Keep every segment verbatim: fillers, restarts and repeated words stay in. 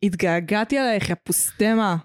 התגעגעתי עלייך, יא פוסטמה.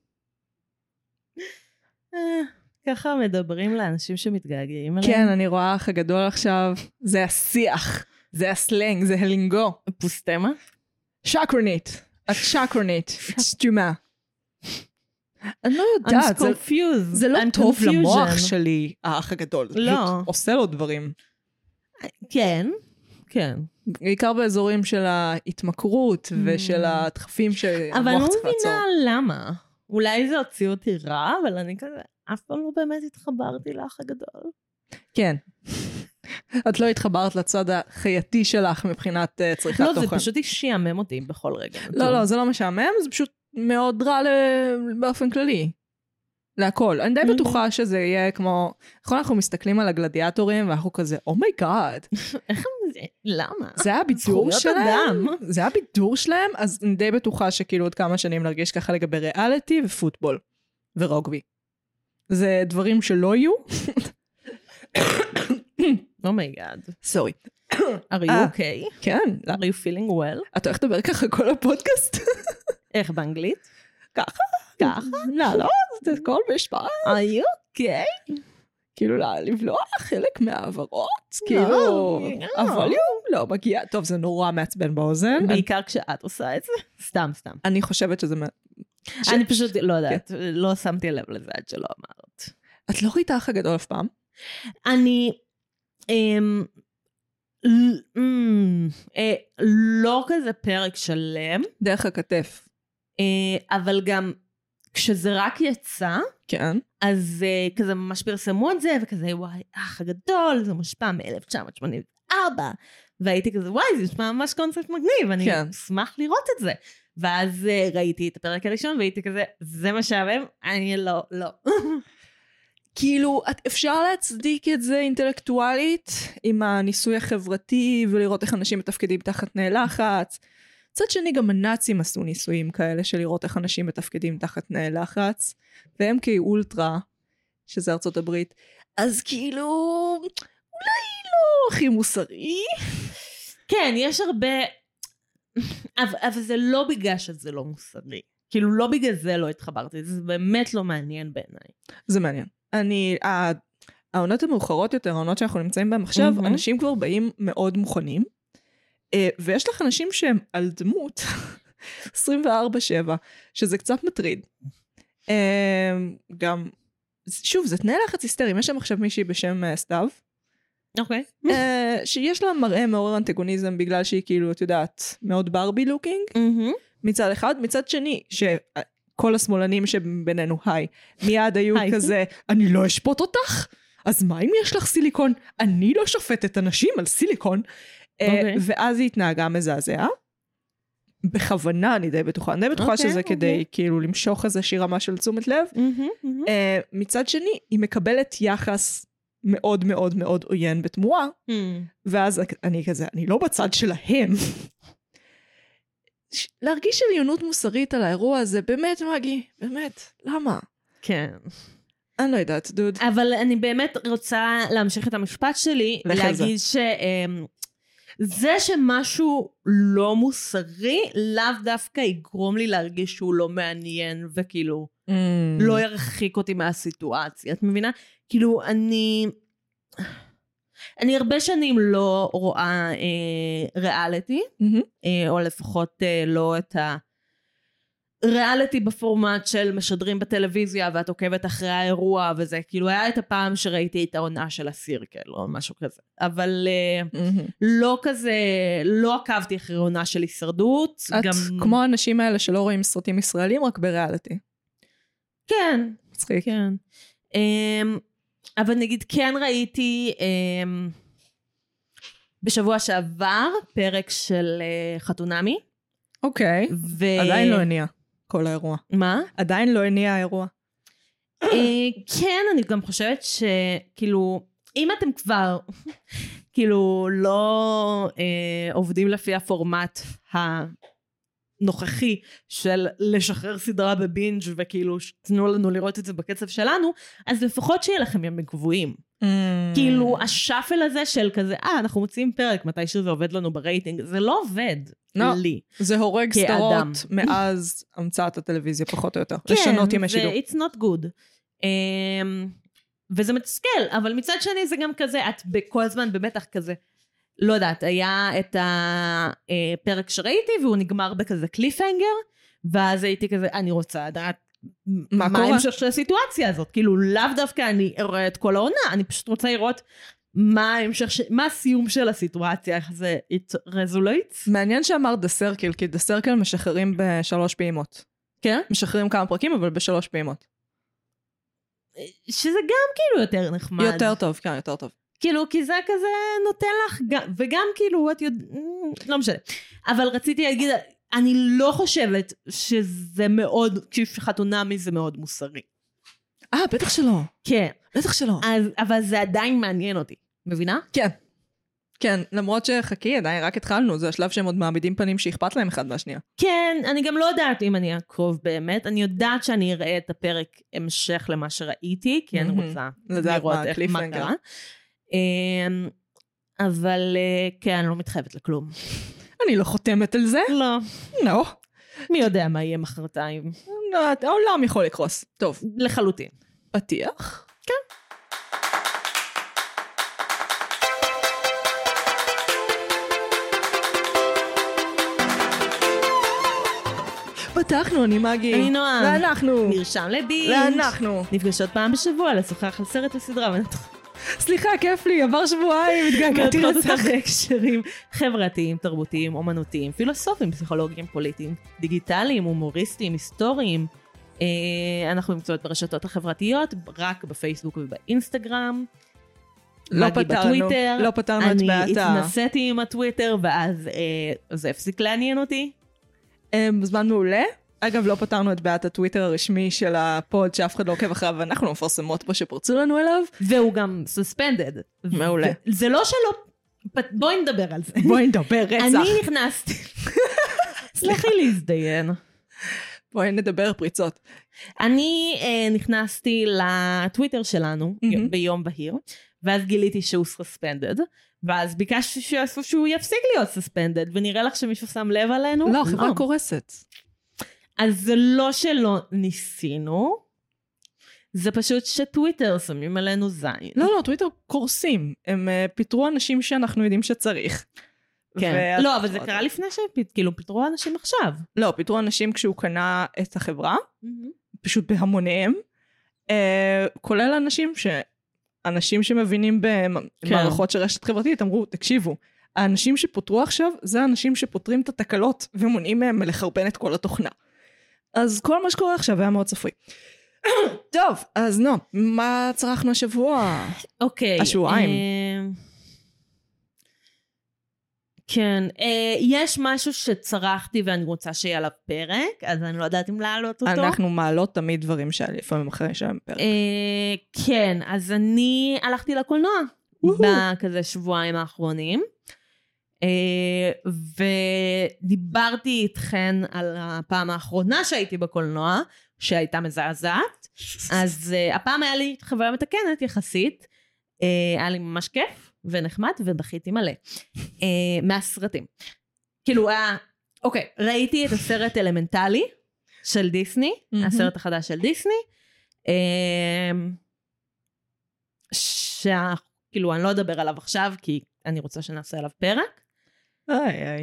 ככה מדברים לאנשים שמתגעגעים אליהם. כן, אני רואה אח הגדול עכשיו, זה השיח, זה הסלנג, זה הלינגו. פוסטמה? שקרנית, את שקרנית, את סתומה. אני לא יודעת, זה לא טוב למוח שלי, האח הגדול. לא. עושה לו דברים. כן, כן. בעיקר באזורים של ההתמכרות ושל הדחפים שהמוח אבל אני לא צריך לעצור. מבינה למה. אולי זה הוציא אותי רע, אבל אני כזה, אף פעם לא באמת התחברתי לאח הגדול. כן. את לא התחברת לצד החייתי שלך מבחינת צריכת תוכן. לא, זה פשוט שיאמם אותי בכל רגע. לא, לא, זה לא משעמם, זה פשוט מאוד רע באופן כללי. להכל. אני די בטוחה שזה יהיה כמו, נכון אנחנו מסתכלים על הגלדיאטורים, ואנחנו כזה, אומייגאד. איך זה? למה? זה היה בידור שלהם? זה היה בידור שלהם? אז אני די בטוחה שכאילו עוד כמה שנים נרגיש ככה לגבי ריאליטי ופוטבול. ורוגבי. זה דברים שלא יהיו. אומייגאד. סורי. Are you okay? כן. Are you feeling well? אתה הולך לדבר ככה כל הפודקאסט? איך באנגלית? ככה. ככה? לא, לא, זה כל משפט. Are you okay? כאילו לבלוע חלק מהעברות, כאילו, הווליום לא מגיע, טוב זה נורא מעצבן באוזן. בעיקר כשאת עושה את זה? סתם, סתם. אני חושבת שזה... אני פשוט לא יודעת, לא שמתי לב לזה עד שלא אמרת. את לא ראית האח הגדול אף פעם? אני... לא כזה פרק שלם. דרך הכתף. אבל גם כשזה רק יצא, כן. אז כזה ממש פרסמו את זה, וכזה וואי, האח הגדול, זה מושפע מ-אלף תשע מאות שמונים וארבע, והייתי כזה וואי, זה נשמע ממש קונספט מגניב, אני אשמח לראות את זה. ואז ראיתי את הפרק הראשון, והייתי כזה, זה משעמם? אני לא, לא. כאילו, אפשר להצדיק את זה אינטלקטואלית, עם הניסוי החברתי, ולראות איך אנשים מתפקדים תחת תנאי לחץ. צד שני, גם הנאצים עשו ניסויים כאלה, של לראות איך אנשים מתפקדים תחת תנאי לחץ, והם כאולטרה, שזה ארצות הברית, אז כאילו, אולי לא הכי מוסרי. כן, יש הרבה, אבל, אבל זה לא בגלל שזה לא מוסרי. כאילו, לא בגלל זה לא התחברתי, זה באמת לא מעניין בעיניי. זה מעניין. אני, העונות המאוחרות יותר, העונות שאנחנו נמצאים בהם עכשיו, mm-hmm. אנשים כבר באים מאוד מוכנים, ויש לך אנשים שהם על דמות עשרים וארבע שבע, שזה קצת מטריד. גם, שוב, זה תנאי לחץ היסטריים, יש שם עכשיו מישהי בשם סתיו, אוקיי. שיש לה מראה מעורר אנטגוניזם, בגלל שהיא כאילו, את יודעת, מאוד ברבי לוקינג, מצד אחד, מצד שני, שכל השמאלנים שבינינו, היי, מיד היו כזה, אני לא אשפוט אותך, אז מה אם יש לך סיליקון? אני לא שופטת אנשים על סיליקון, Okay. ואז היא התנהגה מזעזע, בכוונה אני די בטוחה, אני די בטוחה okay, שזה okay. כדי כאילו למשוך איזושהי רמה של תשומת לב, mm-hmm, mm-hmm. Uh, מצד שני היא מקבלת יחס מאוד מאוד מאוד עוין בתמורה, mm. ואז אני כזה, אני לא בצד שלהם, להרגיש עליונות מוסרית על האירוע הזה, באמת מגי, באמת, למה? כן. אני לא יודעת, דוד. אבל אני באמת רוצה להמשיך את המשפט שלי, להגיד ש... זה שמשהו לא מוסרי, לאו דווקא יגרום לי להרגיש שהוא לא מעניין, וכאילו, mm. לא ירחיק אותי מהסיטואציה. את מבינה? כאילו, אני... אני הרבה שנים לא רואה אה, ריאליטי, mm-hmm. אה, או לפחות אה, לא את ה... ריאליטי בפורמט של משדרים בטלוויזיה, ואת עוקבת אחרי האירוע, וזה כאילו היה את הפעם שראיתי את העונה של הסירקל, או משהו כזה. אבל mm-hmm. לא כזה, לא עקבתי אחרי עונה של הישרדות. את גם... כמו האנשים האלה שלא רואים סרטים ישראלים, רק בריאליטי. כן. מצחיק. כן. Um, אבל נגיד כן ראיתי um, בשבוע שעבר פרק של uh, חתונמי. אוקיי. ו... עדיין לא הניע. כל האירוע. מה? עדיין לא הניע האירוע. כן, אני גם חושבת שכאילו, אם אתם כבר, כאילו, לא עובדים לפי הפורמט הנוכחי של לשחרר סדרה בבינג' וכאילו, תנו לנו לראות את זה בקצב שלנו, אז לפחות שיהיה לכם ימים קבועים. כאילו, השאפל הזה של כזה, אה, אנחנו מוצאים פרק, מתי שזה עובד לנו ברייטינג, זה לא עובד לי. זה הורג סדרות מאז המצאת הטלוויזיה, פחות או יותר. לשנות עם השידור. כן, it's not good. וזה מתסכל, אבל מצד שני זה גם כזה, את בכל הזמן במתח כזה, לא יודעת, היה את הפרק שראיתי, והוא נגמר בכזה קליפהנגר, ואז הייתי כזה, אני רוצה לדעת, מה, מה ההמשך של הסיטואציה הזאת? כאילו, לאו דווקא אני אראה את כל העונה, אני פשוט רוצה לראות מה ההמשך, ש... מה הסיום של הסיטואציה, איך זה רזולייטס. מעניין שאמר דה סרקל, כי דה סרקל משחררים בשלוש פעימות. כן? משחררים כמה פרקים, אבל בשלוש פעימות. שזה גם כאילו יותר נחמד. יותר טוב, כן, יותר טוב. כאילו, כי זה כזה נותן לך, וגם כאילו, את יודע, לא משנה. אבל רציתי להגיד, אני לא חושבת שזה מאוד, כשחתונמי זה מאוד מוסרי. אה, בטח שלא. כן. בטח שלא. אז, אבל זה עדיין מעניין אותי. מבינה? כן. כן, למרות שחכי, עדיין רק התחלנו, זה השלב שהם עוד מעמידים פנים שאכפת להם אחד מהשנייה. כן, אני גם לא יודעת אם אני אקרוב באמת, אני יודעת שאני אראה את הפרק המשך למה שראיתי, כי אני רוצה לראות איך מה קרה. אבל כן, אני לא מתחייבת לכלום. אני לא חותמת על זה. לא. לא. מי יודע מה יהיה מחרתיים. לא, העולם יכול לקרוס. טוב. לחלוטין. פתיח? כן. פתחנו, אני מגי. אני נועם. ואנחנו. נרשם לבינג'. ואנחנו. נפגשות פעם בשבוע לשוחח על סרט וסדרה. סליחה, כיף לי, עבר שבועיים, התגעגעתי לצח. בהקשרים חברתיים, תרבותיים, אומנותיים, פילוסופיים, פסיכולוגיים, פוליטיים, דיגיטליים, הומוריסטיים, היסטוריים. אנחנו נמצאות ברשתות החברתיות, רק בפייסבוק ובאינסטגרם. לא פתרנו, לא פתרנו את בעתה. אני התנסיתי עם הטוויטר, ואז זה הפסיק לעניין אותי. בזמן מעולה. אגב, לא פתרנו את בעיית הטוויטר הרשמי של הפוד שאף אחד לא עוקב אחריו, ואנחנו מפרסמות פה שפרצו לנו אליו. והוא גם סוספנדד. מעולה. זה לא שלא... בואי נדבר על זה. בואי נדבר רצח. אני נכנסתי. סלחי להזדיין. בואי נדבר פריצות. אני נכנסתי לטוויטר שלנו ביום בהיר, ואז גיליתי שהוא סוספנדד, ואז ביקשתי שהוא יפסיק להיות סוספנדד, ונראה לך שמישהו שם לב עלינו? לא, חברה קורסת. אז זה לא שלא ניסינו, זה פשוט שטוויטר שמים עלינו זין. לא, לא, טוויטר קורסים. הם uh, פיתרו אנשים שאנחנו יודעים שצריך. כן. לא, אבל זה קרה לפני שכאילו פיתרו אנשים עכשיו. לא, פיתרו אנשים כשהוא קנה את החברה, פשוט בהמוניהם, uh, כולל אנשים ש... אנשים שמבינים במערכות של רשת חברתית, אמרו, תקשיבו, האנשים שפותרו עכשיו, זה האנשים שפותרים את התקלות, ומונעים מהם לחרבן את כל התוכנה. אז כל מה שקורה עכשיו היה מאוד צפוי. טוב, אז נו, מה צרכנו השבוע? אוקיי. השבועיים. כן, יש משהו שצרכתי ואני רוצה שיהיה עליו פרק, אז אני לא יודעת אם להעלות אותו. אנחנו מעלות תמיד דברים שלפעמים אחרי שהם פרק. כן, אז אני הלכתי לקולנוע, בכזה שבועיים האחרונים. ודיברתי איתכן על הפעם האחרונה שהייתי בקולנוע, שהייתה מזעזעת, אז הפעם היה לי חוויה מתקנת יחסית, היה לי ממש כיף ונחמד, ובכיתי מלא מהסרטים. כאילו, אוקיי, ראיתי את הסרט אלמנטלי של דיסני, הסרט החדש של דיסני, שכאילו אני לא אדבר עליו עכשיו, כי אני רוצה שנעשה עליו פרק. איי איי.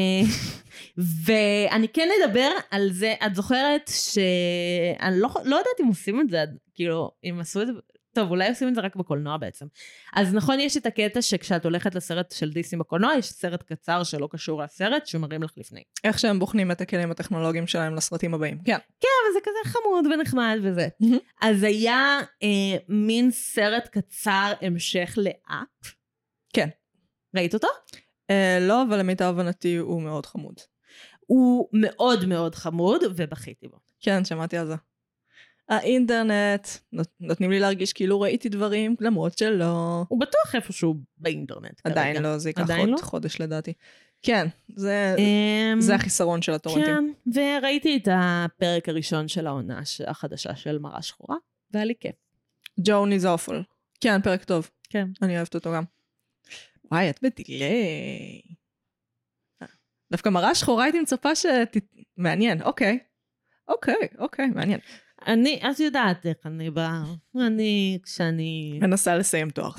ואני כן אדבר על זה, את זוכרת שאני לא, לא יודעת אם עושים את זה, כאילו, אם עשו את זה, טוב, אולי עושים את זה רק בקולנוע בעצם. אז נכון, יש את הקטע שכשאת הולכת לסרט של דיסני בקולנוע, יש סרט קצר שלא קשור לסרט, שמראים לך לפני. איך שהם בוחנים את הכלים הטכנולוגיים שלהם לסרטים הבאים. כן. כן, אבל זה כזה חמוד ונחמד וזה. אז היה אה, מין סרט קצר המשך לאפ. כן. ראית אותו? Uh, לא, אבל למיטב הבנתי הוא מאוד חמוד. הוא מאוד מאוד חמוד, ובכיתי בו. כן, שמעתי על זה. האינטרנט, נות, נותנים לי להרגיש כאילו ראיתי דברים, למרות שלא. הוא בטוח איפשהו באינטרנט. עדיין כרגע. לא, זה ייקח עוד לא? חודש לדעתי. כן, זה, um, זה החיסרון של הטורנטים. כן, וראיתי את הפרק הראשון של העונה החדשה של מראה שחורה, והיה לי כיף. ג'ון is awful. כן, פרק טוב. כן. אני אוהבת אותו גם. וואי, את בדילי. דווקא מראה שחורה הייתי מצפה שת... מעניין, אוקיי. אוקיי, אוקיי, מעניין. אני, את יודעת איך אני באה. אני, כשאני... מנסה לסיים תואר.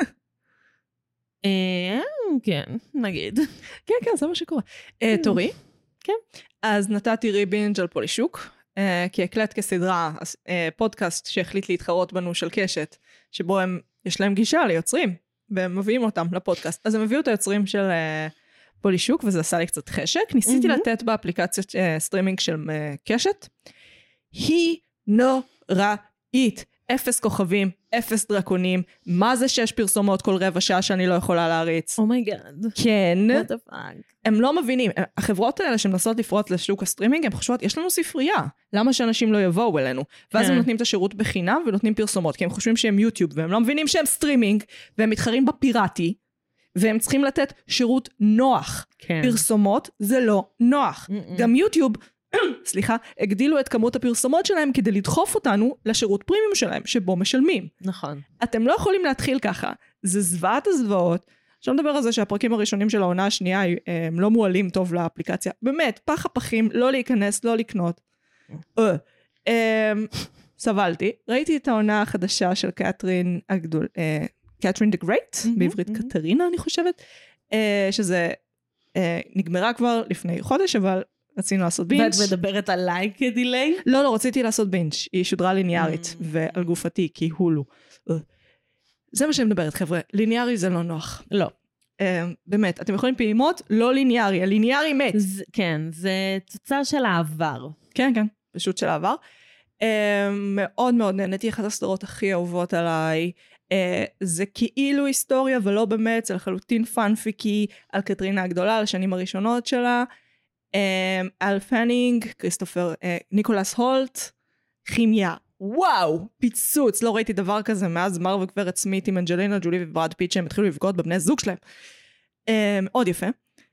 כן, נגיד. כן, כן, זה מה שקורה. תורי? כן. אז נתתי ריבינג' על פולישוק, כי הקלט כסדרה, פודקאסט שהחליט להתחרות בנו של קשת, שבו הם, יש להם גישה ליוצרים, והם מביאים אותם לפודקאסט. אז הם הביאו את היוצרים של פולישוק, וזה עשה לי קצת חשק. ניסיתי לתת באפליקציות סטרימינג של קשת. היא נוראית. אפס כוכבים, אפס דרקונים, מה זה שש פרסומות כל רבע שעה שאני לא יכולה להריץ? אומייגאד. כן. What the fuck? הם לא מבינים. החברות האלה שמנסות לפרוץ לשוק הסטרימינג, הם חושבות, יש לנו ספרייה. למה שאנשים לא יבואו אלינו? ואז הם נותנים את השירות בחינם ונותנים פרסומות, כי הם חושבים שהם יוטיוב, והם לא מבינים שהם סטרימינג, והם מתחרים בפיראטי, והם צריכים לתת שירות נוח. כן. פרסומות זה לא נוח. גם יוטיוב, סליחה, הגדילו את כמות הפרסומות שלהם כדי לדחוף אותנו לשירות פרימיום שלהם, שבו משלמים. נכון. אתם לא יכולים להתחיל ככה. זה זוועת הזוועות. עכשיו נדבר על זה שהפרקים הראשונים של העונה השנייה הם לא מועלים טוב לאפליקציה. באמת, פח הפחים, לא להיכנס, לא לקנות. סבלתי. ראיתי את העונה החדשה של קטרין הגדול, קטרין דה גרייט, בעברית קטרינה אני חושבת, שזה נגמרה כבר לפני חודש, אבל רצינו לעשות בינץ'. ואת מדברת עליי כדילי? לא, לא, רציתי לעשות בינץ'. היא שודרה ליניארית, ועל גופתי, כי הולו. זה מה שאני מדברת, חבר'ה. ליניארי זה לא נוח. לא. באמת, אתם יכולים פעימות, לא ליניארי, הליניארי מת. כן, זה תוצר של העבר. כן, כן, פשוט של העבר. מאוד מאוד נהניתי, אחת הסדרות הכי אהובות עליי. זה כאילו היסטוריה, ולא באמת, זה לחלוטין פאנפיקי על קטרינה הגדולה, על השנים הראשונות שלה. אל פנינג, כריסטופר, ניקולס הולט, כימיה, וואו, פיצוץ, לא ראיתי דבר כזה מאז מר וגברת סמית עם אנג'לינה ג'ולי וברד פיט שהם התחילו לבגוד בבני זוג שלהם. מאוד יפה.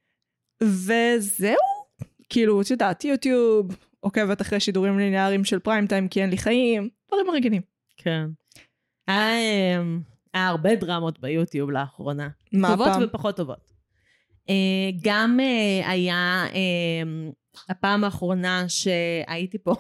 וזהו, כאילו, את יודעת, יוטיוב, עוקבת אחרי שידורים ליניאריים של פריים טיים, כי אין לי חיים, דברים הרגילים. כן. היה הרבה דרמות ביוטיוב לאחרונה. מה טובות הפעם? ופחות טובות. גם היה הפעם האחרונה שהייתי פה.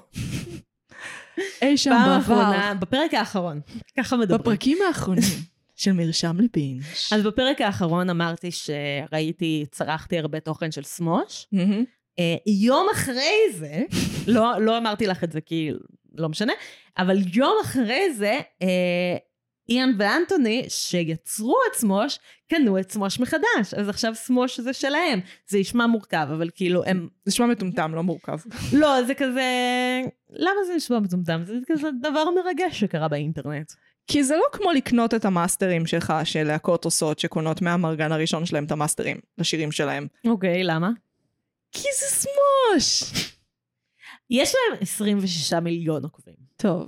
אי שם בעבר. בפרק האחרון. ככה מדברים. בפרקים האחרונים של מרשם לבינג'. אז בפרק האחרון אמרתי שראיתי, צרכתי הרבה תוכן של סמוש. יום אחרי זה, לא אמרתי לך את זה כי לא משנה, אבל יום אחרי זה, איאן ואנטוני שיצרו את סמוש, קנו את סמוש מחדש. אז עכשיו סמוש זה שלהם. זה ישמע מורכב, אבל כאילו הם... זה נשמע מטומטם, לא מורכב. לא, זה כזה... למה זה נשמע מטומטם? זה כזה דבר מרגש שקרה באינטרנט. כי זה לא כמו לקנות את המאסטרים שלך, של להקות עושות שקונות מהמרגן הראשון שלהם את המאסטרים, לשירים שלהם. אוקיי, למה? כי זה סמוש! יש להם עשרים ושישה מיליון עוקבים. טוב.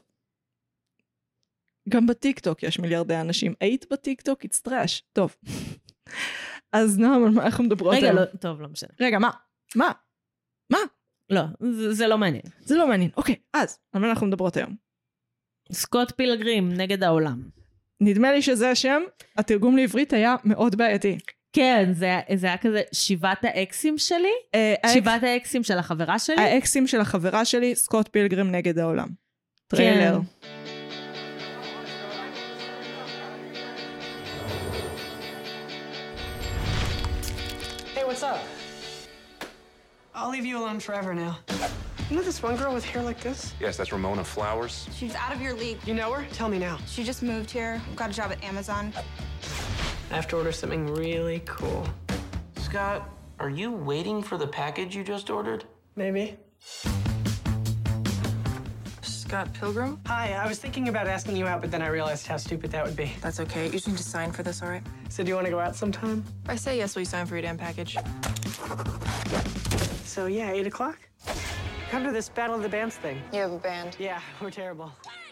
גם בטיקטוק יש מיליארדי אנשים. היית בטיקטוק? It's trash. טוב. אז נועם, על מה אנחנו מדברות היום? רגע, לא, טוב, לא משנה. רגע, מה? מה? מה? לא, זה, זה לא מעניין. זה לא מעניין. אוקיי, אז, על מה אנחנו מדברות היום? סקוט פילגרים נגד העולם. נדמה לי שזה השם. התרגום לעברית היה מאוד בעייתי. כן, זה, זה היה כזה שבעת האקסים שלי. אה, שבעת האקסים של החברה שלי. האקסים של החברה שלי, סקוט פילגרים נגד העולם. טריילר. כן. What's up? I'll leave you alone forever now. You know this one girl with hair like this? Yes, that's Ramona Flowers. She's out of your league. You know her? Tell me now. She just moved here, got a job at Amazon. I have to order something really cool. Scott, are you waiting for the package you just ordered? Maybe. Scott Pilgrim? Hi, I was thinking about asking you out, but then I realized how stupid that would be. That's okay. You just need to sign for this, all right? So do you want to go out sometime? If I say yes, will you sign for your damn package? So yeah, eight o'clock? Come to this Battle of the Bands thing. You have a band. Yeah, we're terrible.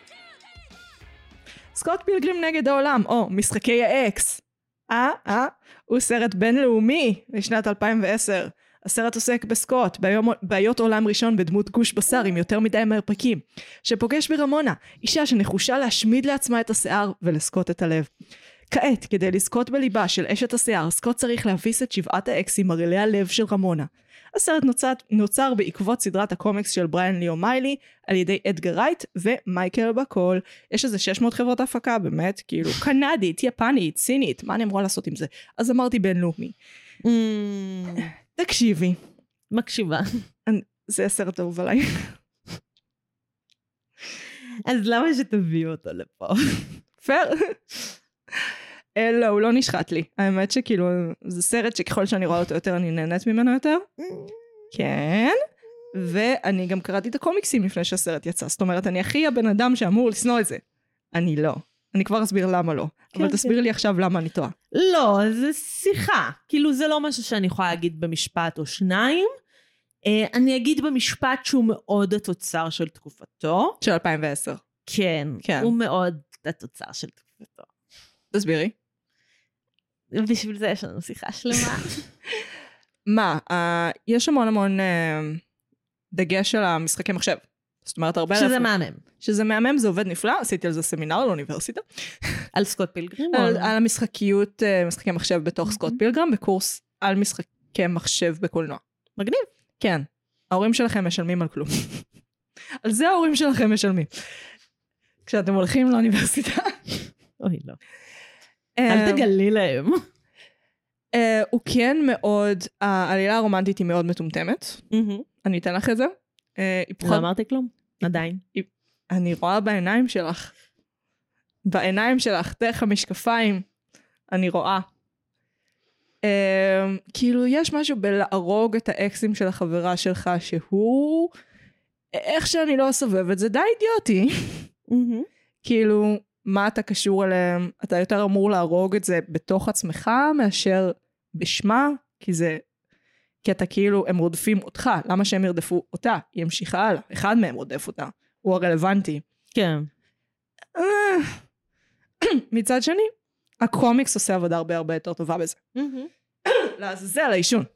סקוט פילגרים נגד העולם, או משחקי האקס. אה, אה, הוא סרט בינלאומי לשנת אלפיים ועשר. הסרט עוסק בסקוט, בעיות עולם ראשון בדמות גוש בשר עם יותר מדי מרפקים, שפוגש ברמונה, אישה שנחושה להשמיד לעצמה את השיער ולסקוט את הלב. כעת, כדי לזכות בליבה של אשת השיער, סקוט צריך להביס את שבעת האקסים מרעילי הלב של רמונה. הסרט נוצר, נוצר בעקבות סדרת הקומיקס של בריאן לי אומיילי, על ידי אדגר רייט ומייקל בקול. יש איזה שש מאות חברות הפקה, באמת, כאילו, קנדית, יפנית, סינית, מה אני אמורה לעשות עם זה? אז אמרתי בינלאומי. Mm. תקשיבי. מקשיבה. אני, זה הסרט אהוב עליי. אז למה שתביאו אותו לפה? פייר. לא, הוא לא נשחט לי. האמת שכאילו, זה סרט שככל שאני רואה אותו יותר, אני נהנית ממנו יותר. כן. ואני גם קראתי את הקומיקסים לפני שהסרט יצא. זאת אומרת, אני הכי הבן אדם שאמור לשנוא את זה. אני לא. אני כבר אסביר למה לא. אבל תסביר לי עכשיו למה אני טועה. לא, זה שיחה. כאילו, זה לא משהו שאני יכולה להגיד במשפט או שניים. אני אגיד במשפט שהוא מאוד התוצר של תקופתו. של אלפיים ועשר. כן. הוא מאוד התוצר של תקופתו. תסבירי. בשביל זה יש לנו שיחה שלמה. מה, uh, יש המון המון uh, דגש על המשחקי מחשב. זאת אומרת, הרבה... שזה מהמם. שזה מהמם, זה עובד נפלא. עשיתי על זה סמינר לאוניברסיטה. על סקוט פילגרם? על, על המשחקיות, uh, משחקי מחשב בתוך סקוט פילגרם, בקורס על משחקי מחשב בקולנוע. מגניב. כן. ההורים שלכם משלמים על כלום. על זה ההורים שלכם משלמים. כשאתם הולכים לאוניברסיטה. אוי, לא. אל תגלי להם. הוא כן מאוד, העלילה הרומנטית היא מאוד מטומטמת. אני אתן לך את זה. לא אמרתי כלום, עדיין. אני רואה בעיניים שלך. בעיניים שלך, דרך המשקפיים, אני רואה. כאילו, יש משהו בלהרוג את האקסים של החברה שלך, שהוא, איך שאני לא אסובב את זה, די אידיוטי. כאילו, מה אתה קשור אליהם? אתה יותר אמור להרוג את זה בתוך עצמך, מאשר בשמה, כי זה, כי אתה כאילו, הם רודפים אותך, למה שהם ירדפו אותה? היא המשיכה הלאה, אחד מהם רודף אותה, הוא הרלוונטי. כן. מצד שני, הקומיקס עושה עבודה הרבה הרבה יותר טובה בזה. לעזאזל, האישון.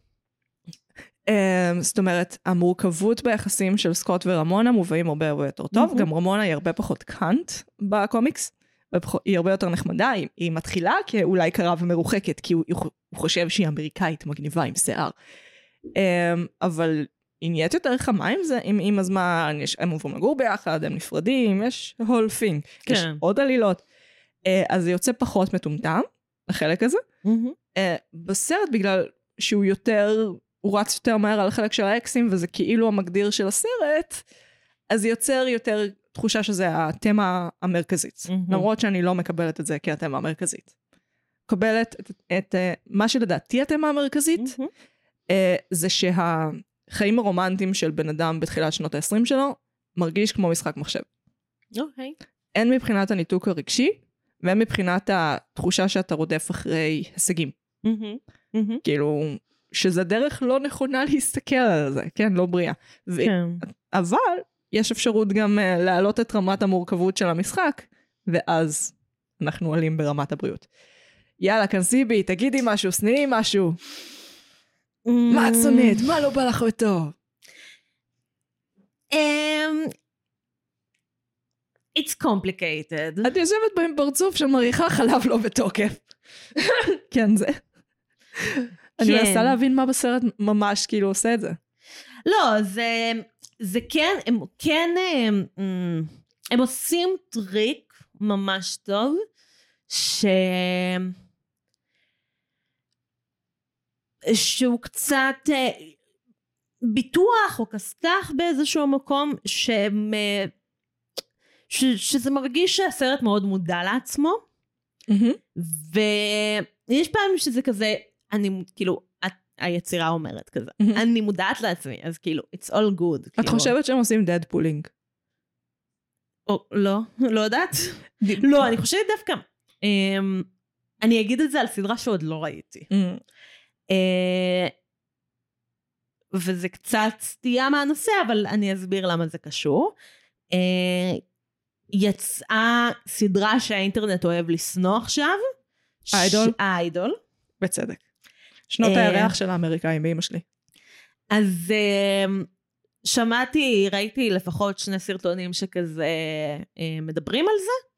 זאת אומרת, המורכבות ביחסים של סקוט ורמונה מובאים הרבה הרבה יותר טוב, גם רמונה היא הרבה פחות קאנט בקומיקס, היא הרבה יותר נחמדה, היא מתחילה כאולי קרה ומרוחקת, כי הוא חושב שהיא אמריקאית מגניבה עם שיער, אבל היא נהיית יותר חמה עם זה, עם הזמן, הם עוברים לגור ביחד, הם נפרדים, יש whole thing, יש עוד עלילות, אז זה יוצא פחות מטומטם, החלק הזה. בסרט, בגלל שהוא יותר, הוא רץ יותר מהר על החלק של האקסים, וזה כאילו המגדיר של הסרט, אז יוצר יותר תחושה שזה התמה המרכזית. למרות שאני לא מקבלת את זה כהתמה המרכזית. מקבלת את, את מה שלדעתי התמה המרכזית, זה שהחיים הרומנטיים של בן אדם בתחילת שנות ה-עשרים שלו, מרגיש כמו משחק מחשב. אוקיי. אין מבחינת הניתוק הרגשי, והן מבחינת התחושה שאתה רודף אחרי הישגים. כאילו, שזה דרך לא נכונה להסתכל על זה, כן? לא בריאה. אבל יש אפשרות גם להעלות את רמת המורכבות של המשחק, ואז אנחנו עלים ברמת הבריאות. יאללה, כנסי בי, תגידי משהו, סניעי משהו. מה את שונאת? מה לא בא לך בטוב? It's complicated. את יושבת בהם פרצוף של מריחה חלב לא בתוקף. כן, זה. אני מנסה להבין מה בסרט ממש כאילו עושה את זה. לא, זה, זה כן, הם כן, הם, הם עושים טריק ממש טוב, ש... שהוא קצת ביטוח או כסתח באיזשהו מקום, שהם... ש, שזה מרגיש שהסרט מאוד מודע לעצמו, mm-hmm. ויש פעמים שזה כזה, אני כאילו, את, היצירה אומרת כזה, mm-hmm. אני מודעת לעצמי, אז כאילו, it's all good. את כאילו. חושבת שהם עושים דדפולינג? או, לא, לא יודעת. לא, אני חושבת דווקא, um, אני אגיד את זה על סדרה שעוד לא ראיתי. Mm-hmm. Uh, וזה קצת סטייה מהנושא, אבל אני אסביר למה זה קשור. Uh, יצאה סדרה שהאינטרנט אוהב לסנוע עכשיו. האיידול? האיידול. בצדק. שנות הירח של האמריקאים באמא שלי. אז שמעתי, ראיתי לפחות שני סרטונים שכזה מדברים על זה,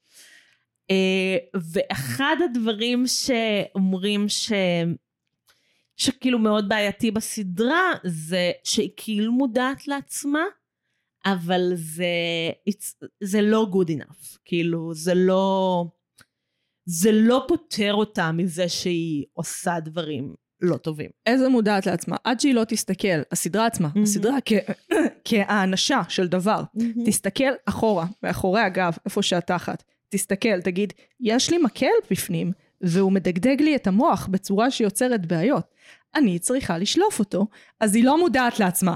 ואחד הדברים שאומרים ש... שכאילו מאוד בעייתי בסדרה, זה שהיא כאילו מודעת לעצמה, אבל זה, זה לא good enough, כאילו זה לא, זה לא פותר אותה מזה שהיא עושה דברים לא טובים. איזה מודעת לעצמה? עד שהיא לא תסתכל, הסדרה עצמה, mm-hmm. הסדרה כ- כהאנשה של דבר, mm-hmm. תסתכל אחורה, מאחורי הגב, איפה שהתחת, תסתכל, תגיד, יש לי מקל בפנים, והוא מדגדג לי את המוח בצורה שיוצרת בעיות. אני צריכה לשלוף אותו, אז היא לא מודעת לעצמה.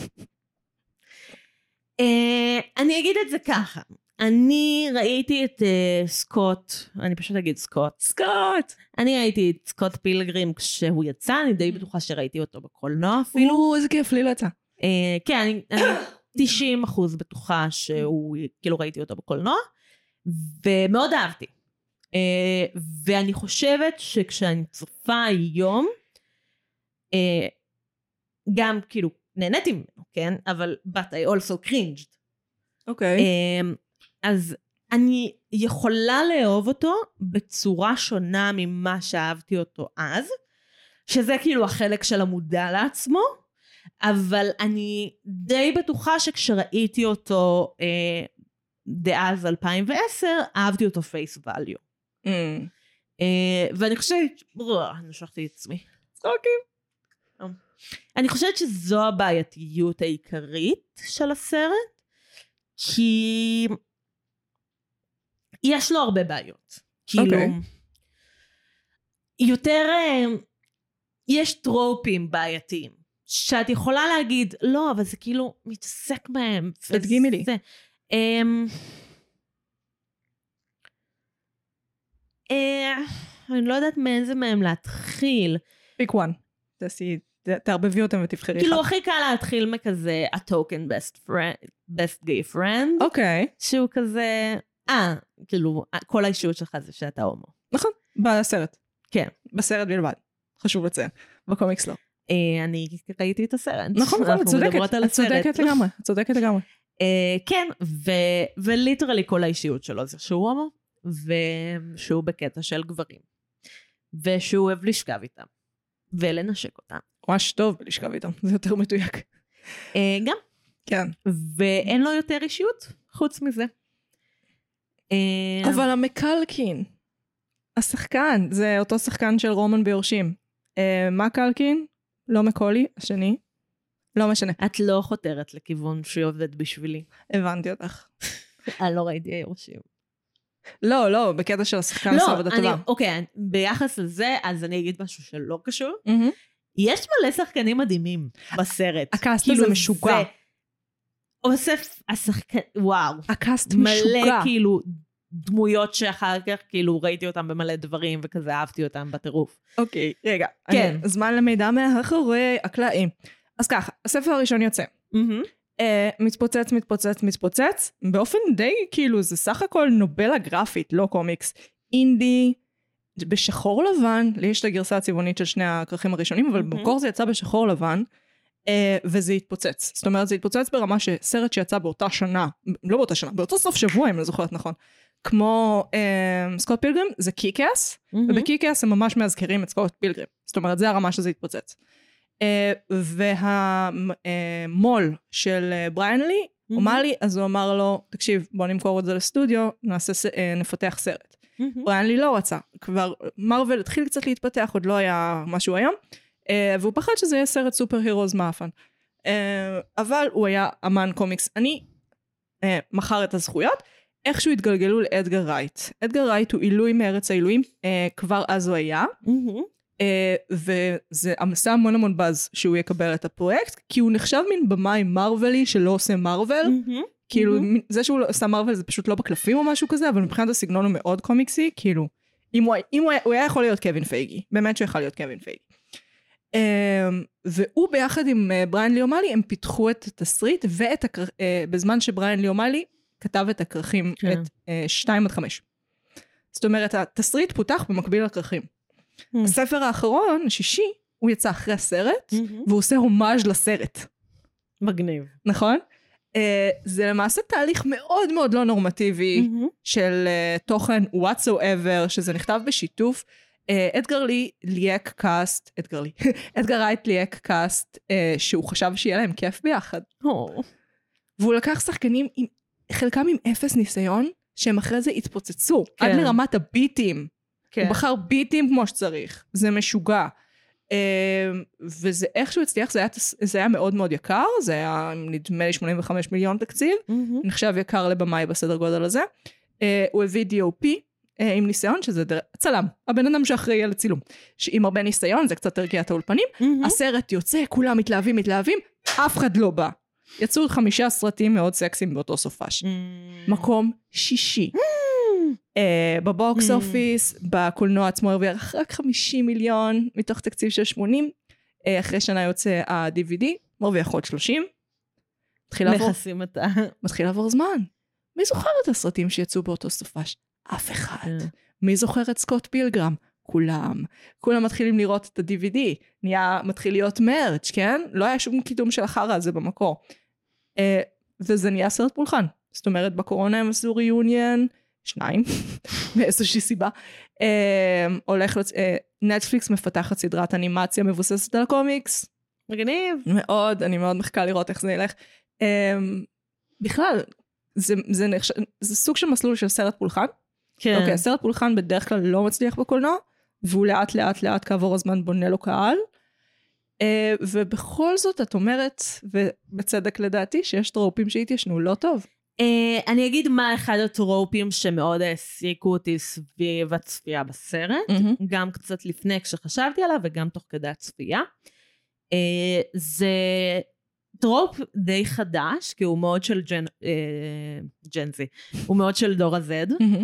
אני אגיד את זה ככה. אני ראיתי את סקוט, אני פשוט אגיד סקוט. סקוט! אני ראיתי את סקוט פילגרים כשהוא יצא, אני די בטוחה שראיתי אותו בקולנוע אפילו. או, איזה כיף, לי לא יצא. כן, אני תשעים אחוז בטוחה שהוא, כאילו ראיתי אותו בקולנוע, ומאוד אהבתי. Uh, ואני חושבת שכשאני צופה היום, uh, גם כאילו נהניתי ממנו, כן? אבל but I also cringed. אוקיי. Okay. Uh, אז אני יכולה לאהוב אותו בצורה שונה ממה שאהבתי אותו אז, שזה כאילו החלק של המודע לעצמו, אבל אני די בטוחה שכשראיתי אותו uh, דאז אלפיים ועשר, אהבתי אותו face value. Mm. Uh, ואני חושבת, ברור, אני שכחתי את עצמי. צחוקים. Oh. אני חושבת שזו הבעייתיות העיקרית של הסרט, כי יש לו הרבה בעיות. כאילו, okay. יותר, uh, יש טרופים בעייתיים, שאת יכולה להגיד, לא, אבל זה כאילו מתעסק בהם. תדגימי לי. Um, אני לא יודעת מאיזה מהם להתחיל. פיק וואן. תערבבי אותם ותבחרי. כאילו הכי קל להתחיל מכזה a token best friend, best gay friend. אוקיי. שהוא כזה, אה, כאילו כל האישיות שלך זה שאתה הומו. נכון, בסרט. כן. בסרט בלבד. חשוב לציין. בקומיקס לא. אני ראיתי את הסרט. נכון, נכון, את צודקת. את צודקת לגמרי. את צודקת לגמרי. כן, וליטרלי כל האישיות שלו זה שהוא הומו. ושהוא בקטע של גברים, ושהוא אוהב לשכב איתם, ולנשק אותם. ממש טוב לשכב איתם, זה יותר מדויק. גם. כן. ואין לו יותר אישיות, חוץ מזה. אבל המקלקין, השחקן, זה אותו שחקן של רומן ביורשים. מה קלקין? לא מקולי, השני. לא משנה. את לא חותרת לכיוון שהיא עובדת בשבילי. הבנתי אותך. אני לא ראיתי היורשים. לא, לא, בקטע של השחקן עשה עבודה טובה. אוקיי, ביחס לזה, אז אני אגיד משהו שלא קשור. Mm-hmm. יש מלא שחקנים מדהימים בסרט. הקאסט כאילו הזה משוגע. אוסף השחקן, וואו. הקאסט משוגע. מלא כאילו דמויות שאחר כך כאילו ראיתי אותם במלא דברים, וכזה אהבתי אותם בטירוף. אוקיי, רגע. כן. אני, זמן למידע מאחורי הקלעים. אז ככה, הספר הראשון יוצא. Mm-hmm. Uh, מתפוצץ, מתפוצץ, מתפוצץ, באופן די כאילו זה סך הכל נובלה גרפית, לא קומיקס, אינדי, בשחור לבן, לי יש את הגרסה הצבעונית של שני הכרכים הראשונים, אבל mm-hmm. במקור זה יצא בשחור לבן, uh, וזה התפוצץ. זאת אומרת, זה התפוצץ ברמה שסרט שיצא באותה שנה, לא באותה שנה, באותו סוף שבוע, אם אני זוכרת נכון, כמו uh, סקוט פילגרים, זה קיקאס, mm-hmm. ובקיקאס הם ממש מאזכרים את סקוט פילגרים. זאת אומרת, זה הרמה שזה התפוצץ. Uh, והמול uh, של uh, בריאן לי, mm-hmm. הוא אמר לי, אז הוא אמר לו, תקשיב, בוא נמכור את זה לסטודיו, נעשה, uh, נפתח סרט. Mm-hmm. בריאן לי לא רצה, כבר מרוול התחיל קצת להתפתח, עוד לא היה משהו היום, uh, והוא פחד שזה יהיה סרט סופר הירוז מאפן. Uh, אבל הוא היה אמן קומיקס. אני uh, מכר את הזכויות, איכשהו התגלגלו לאדגר רייט. אדגר רייט הוא עילוי מארץ העילויים, uh, כבר אז הוא היה, mm-hmm. Uh, וזה עשה המון המון באז שהוא יקבל את הפרויקט, כי הוא נחשב מין במאי מרולי שלא עושה מרוול, mm-hmm. כאילו mm-hmm. זה שהוא לא עושה מרוול זה פשוט לא בקלפים או משהו כזה, אבל מבחינת הסגנון הוא מאוד קומיקסי, כאילו, אם הוא, אם הוא, הוא היה יכול להיות קווין פייגי, באמת שהוא יכול להיות קווין פייגי. Uh, והוא ביחד עם uh, בריאן ליומלי, הם פיתחו את התסריט, ואת הקר... uh, בזמן שבריאן ליומלי כתב את הכרכים, כן. את uh, שתיים עד חמש. זאת אומרת, התסריט פותח במקביל לכרכים. Hmm. הספר האחרון, שישי, הוא יצא אחרי הסרט, והוא עושה הומאז' לסרט. מגניב. נכון? זה למעשה תהליך מאוד מאוד לא נורמטיבי של תוכן whatsoever, שזה נכתב בשיתוף. אדגר לי ליאק קאסט, אדגר לי, אדגר רייט ליאק קאסט, שהוא חשב שיהיה להם כיף ביחד. והוא לקח שחקנים, חלקם עם אפס ניסיון, שהם אחרי זה התפוצצו, עד לרמת הביטים. הוא בחר ביטים כמו שצריך. זה משוגע. וזה איכשהו הצליח, זה היה מאוד מאוד יקר, זה היה נדמה לי שמונים וחמישה מיליון תקציב, נחשב יקר לבמאי בסדר גודל הזה. הוא הביא די או פי עם ניסיון, שזה צלם, הבן אדם שאחראי על הצילום, עם הרבה ניסיון, זה קצת הרגיע את האולפנים, הסרט יוצא, כולם מתלהבים, מתלהבים, אף אחד לא בא. יצאו חמישה סרטים מאוד סקסיים באותו סופש. מקום שישי. בבוקס אופיס, בקולנוע עצמו הרוויח רק חמישים מיליון, מתוך תקציב של שמונים, אחרי שנה יוצא ה-די וי די, מרוויח עוד שלושים. מכסים את ה... מתחיל לעבור זמן. מי זוכר את הסרטים שיצאו באותו סופש? אף אחד. מי זוכר את סקוט פילגרם? כולם. כולם מתחילים לראות את ה-די וי די, נהיה, מתחיל להיות מרץ', כן? לא היה שום קידום של החרא הזה במקור. וזה נהיה סרט פולחן. זאת אומרת, בקורונה הם עשו ריאוניון, שניים, מאיזושהי סיבה. הולך, נטפליקס מפתחת סדרת אנימציה מבוססת על הקומיקס. מגניב. מאוד, אני מאוד מחכה לראות איך זה ילך. בכלל, זה, זה, נחש... זה סוג של מסלול של סרט פולחן. כן. אוקיי, סרט פולחן בדרך כלל לא מצליח בקולנוע, והוא לאט לאט לאט כעבור הזמן בונה לו קהל. ובכל זאת את אומרת, ובצדק לדעתי, שיש טרופים שהתיישנו לא טוב. אני אגיד מה אחד הטרופים שמאוד העסיקו אותי סביב הצפייה בסרט, גם קצת לפני כשחשבתי עליו וגם תוך כדי הצפייה. זה טרופ די חדש, כי הוא מאוד של ג'נזי, הוא מאוד של דור הזד.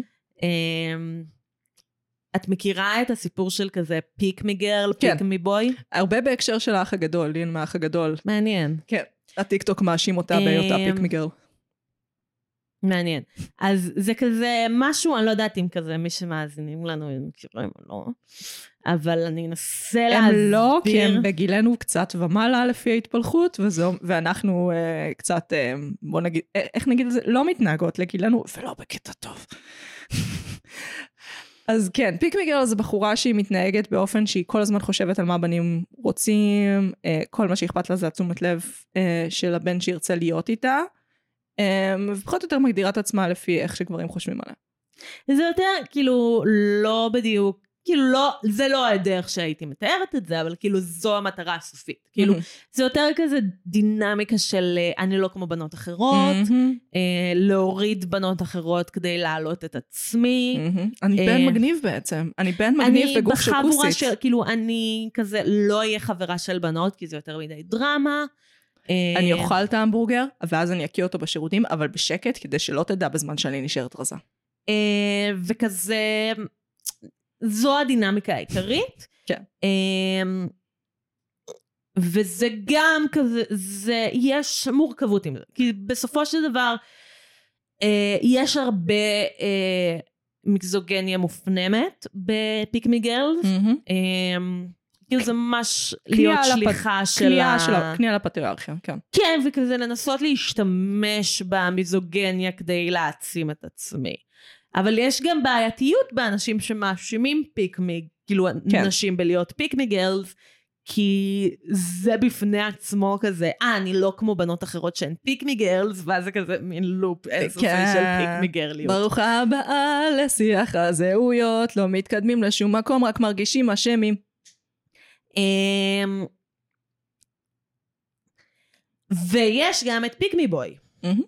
את מכירה את הסיפור של כזה פיק מגרל, פיק מבוי? הרבה בהקשר של האח הגדול, לין מהאח הגדול. מעניין. כן, הטיקטוק מאשים אותה בהיותה פיק מגרל. מעניין. אז זה כזה משהו, אני לא יודעת אם כזה מי שמאזינים לנו, הם מכירים או לא, אבל אני אנסה להסביר. הם לא, כי הם בגילנו קצת ומעלה לפי ההתפלחות, וזו, ואנחנו uh, קצת, uh, בוא נגיד, איך נגיד את זה? לא מתנהגות לגילנו, ולא בקטע טוב. אז כן, פיק מגרל זה בחורה שהיא מתנהגת באופן שהיא כל הזמן חושבת על מה בנים רוצים, uh, כל מה שאכפת לה זה התשומת לב uh, של הבן שירצה להיות איתה, ופחות יותר מגדירה את עצמה לפי איך שגברים חושבים עליה. זה יותר, כאילו, לא בדיוק, כאילו, לא, זה לא הדרך שהייתי מתארת את זה, אבל כאילו, זו המטרה הסופית. כאילו, זה יותר כזה דינמיקה של, אני לא כמו בנות אחרות, להוריד בנות אחרות כדי להעלות את עצמי. אני בן מגניב בעצם. אני בן מגניב בגוף של כוסית. כאילו, אני כזה לא אהיה חברה של בנות, כי זה יותר מדי דרמה. אני אוכל את ההמבורגר, ואז אני אקיא אותו בשירותים, אבל בשקט, כדי שלא תדע בזמן שאני נשארת רזה. וכזה, זו הדינמיקה העיקרית. כן. וזה גם כזה, זה, יש מורכבות עם זה. כי בסופו של דבר, יש הרבה מיזוגניה מופנמת בפיק מגרלס. כאילו זה ממש להיות שליחה של ה... קנייה לפטריארכיה, כן. כן, וכזה לנסות להשתמש במיזוגניה כדי להעצים את עצמי. אבל יש גם בעייתיות באנשים שמאשימים פיק מג, כאילו נשים בלהיות פיק מגרלס, כי זה בפני עצמו כזה, אה, אני לא כמו בנות אחרות שהן פיק מגרלס, ואז זה כזה מין לופ אינסופי של פיק מגרליות. ברוכה הבאה לשיח הזהויות, לא מתקדמים לשום מקום, רק מרגישים אשמים. ויש גם את פיק מבוי,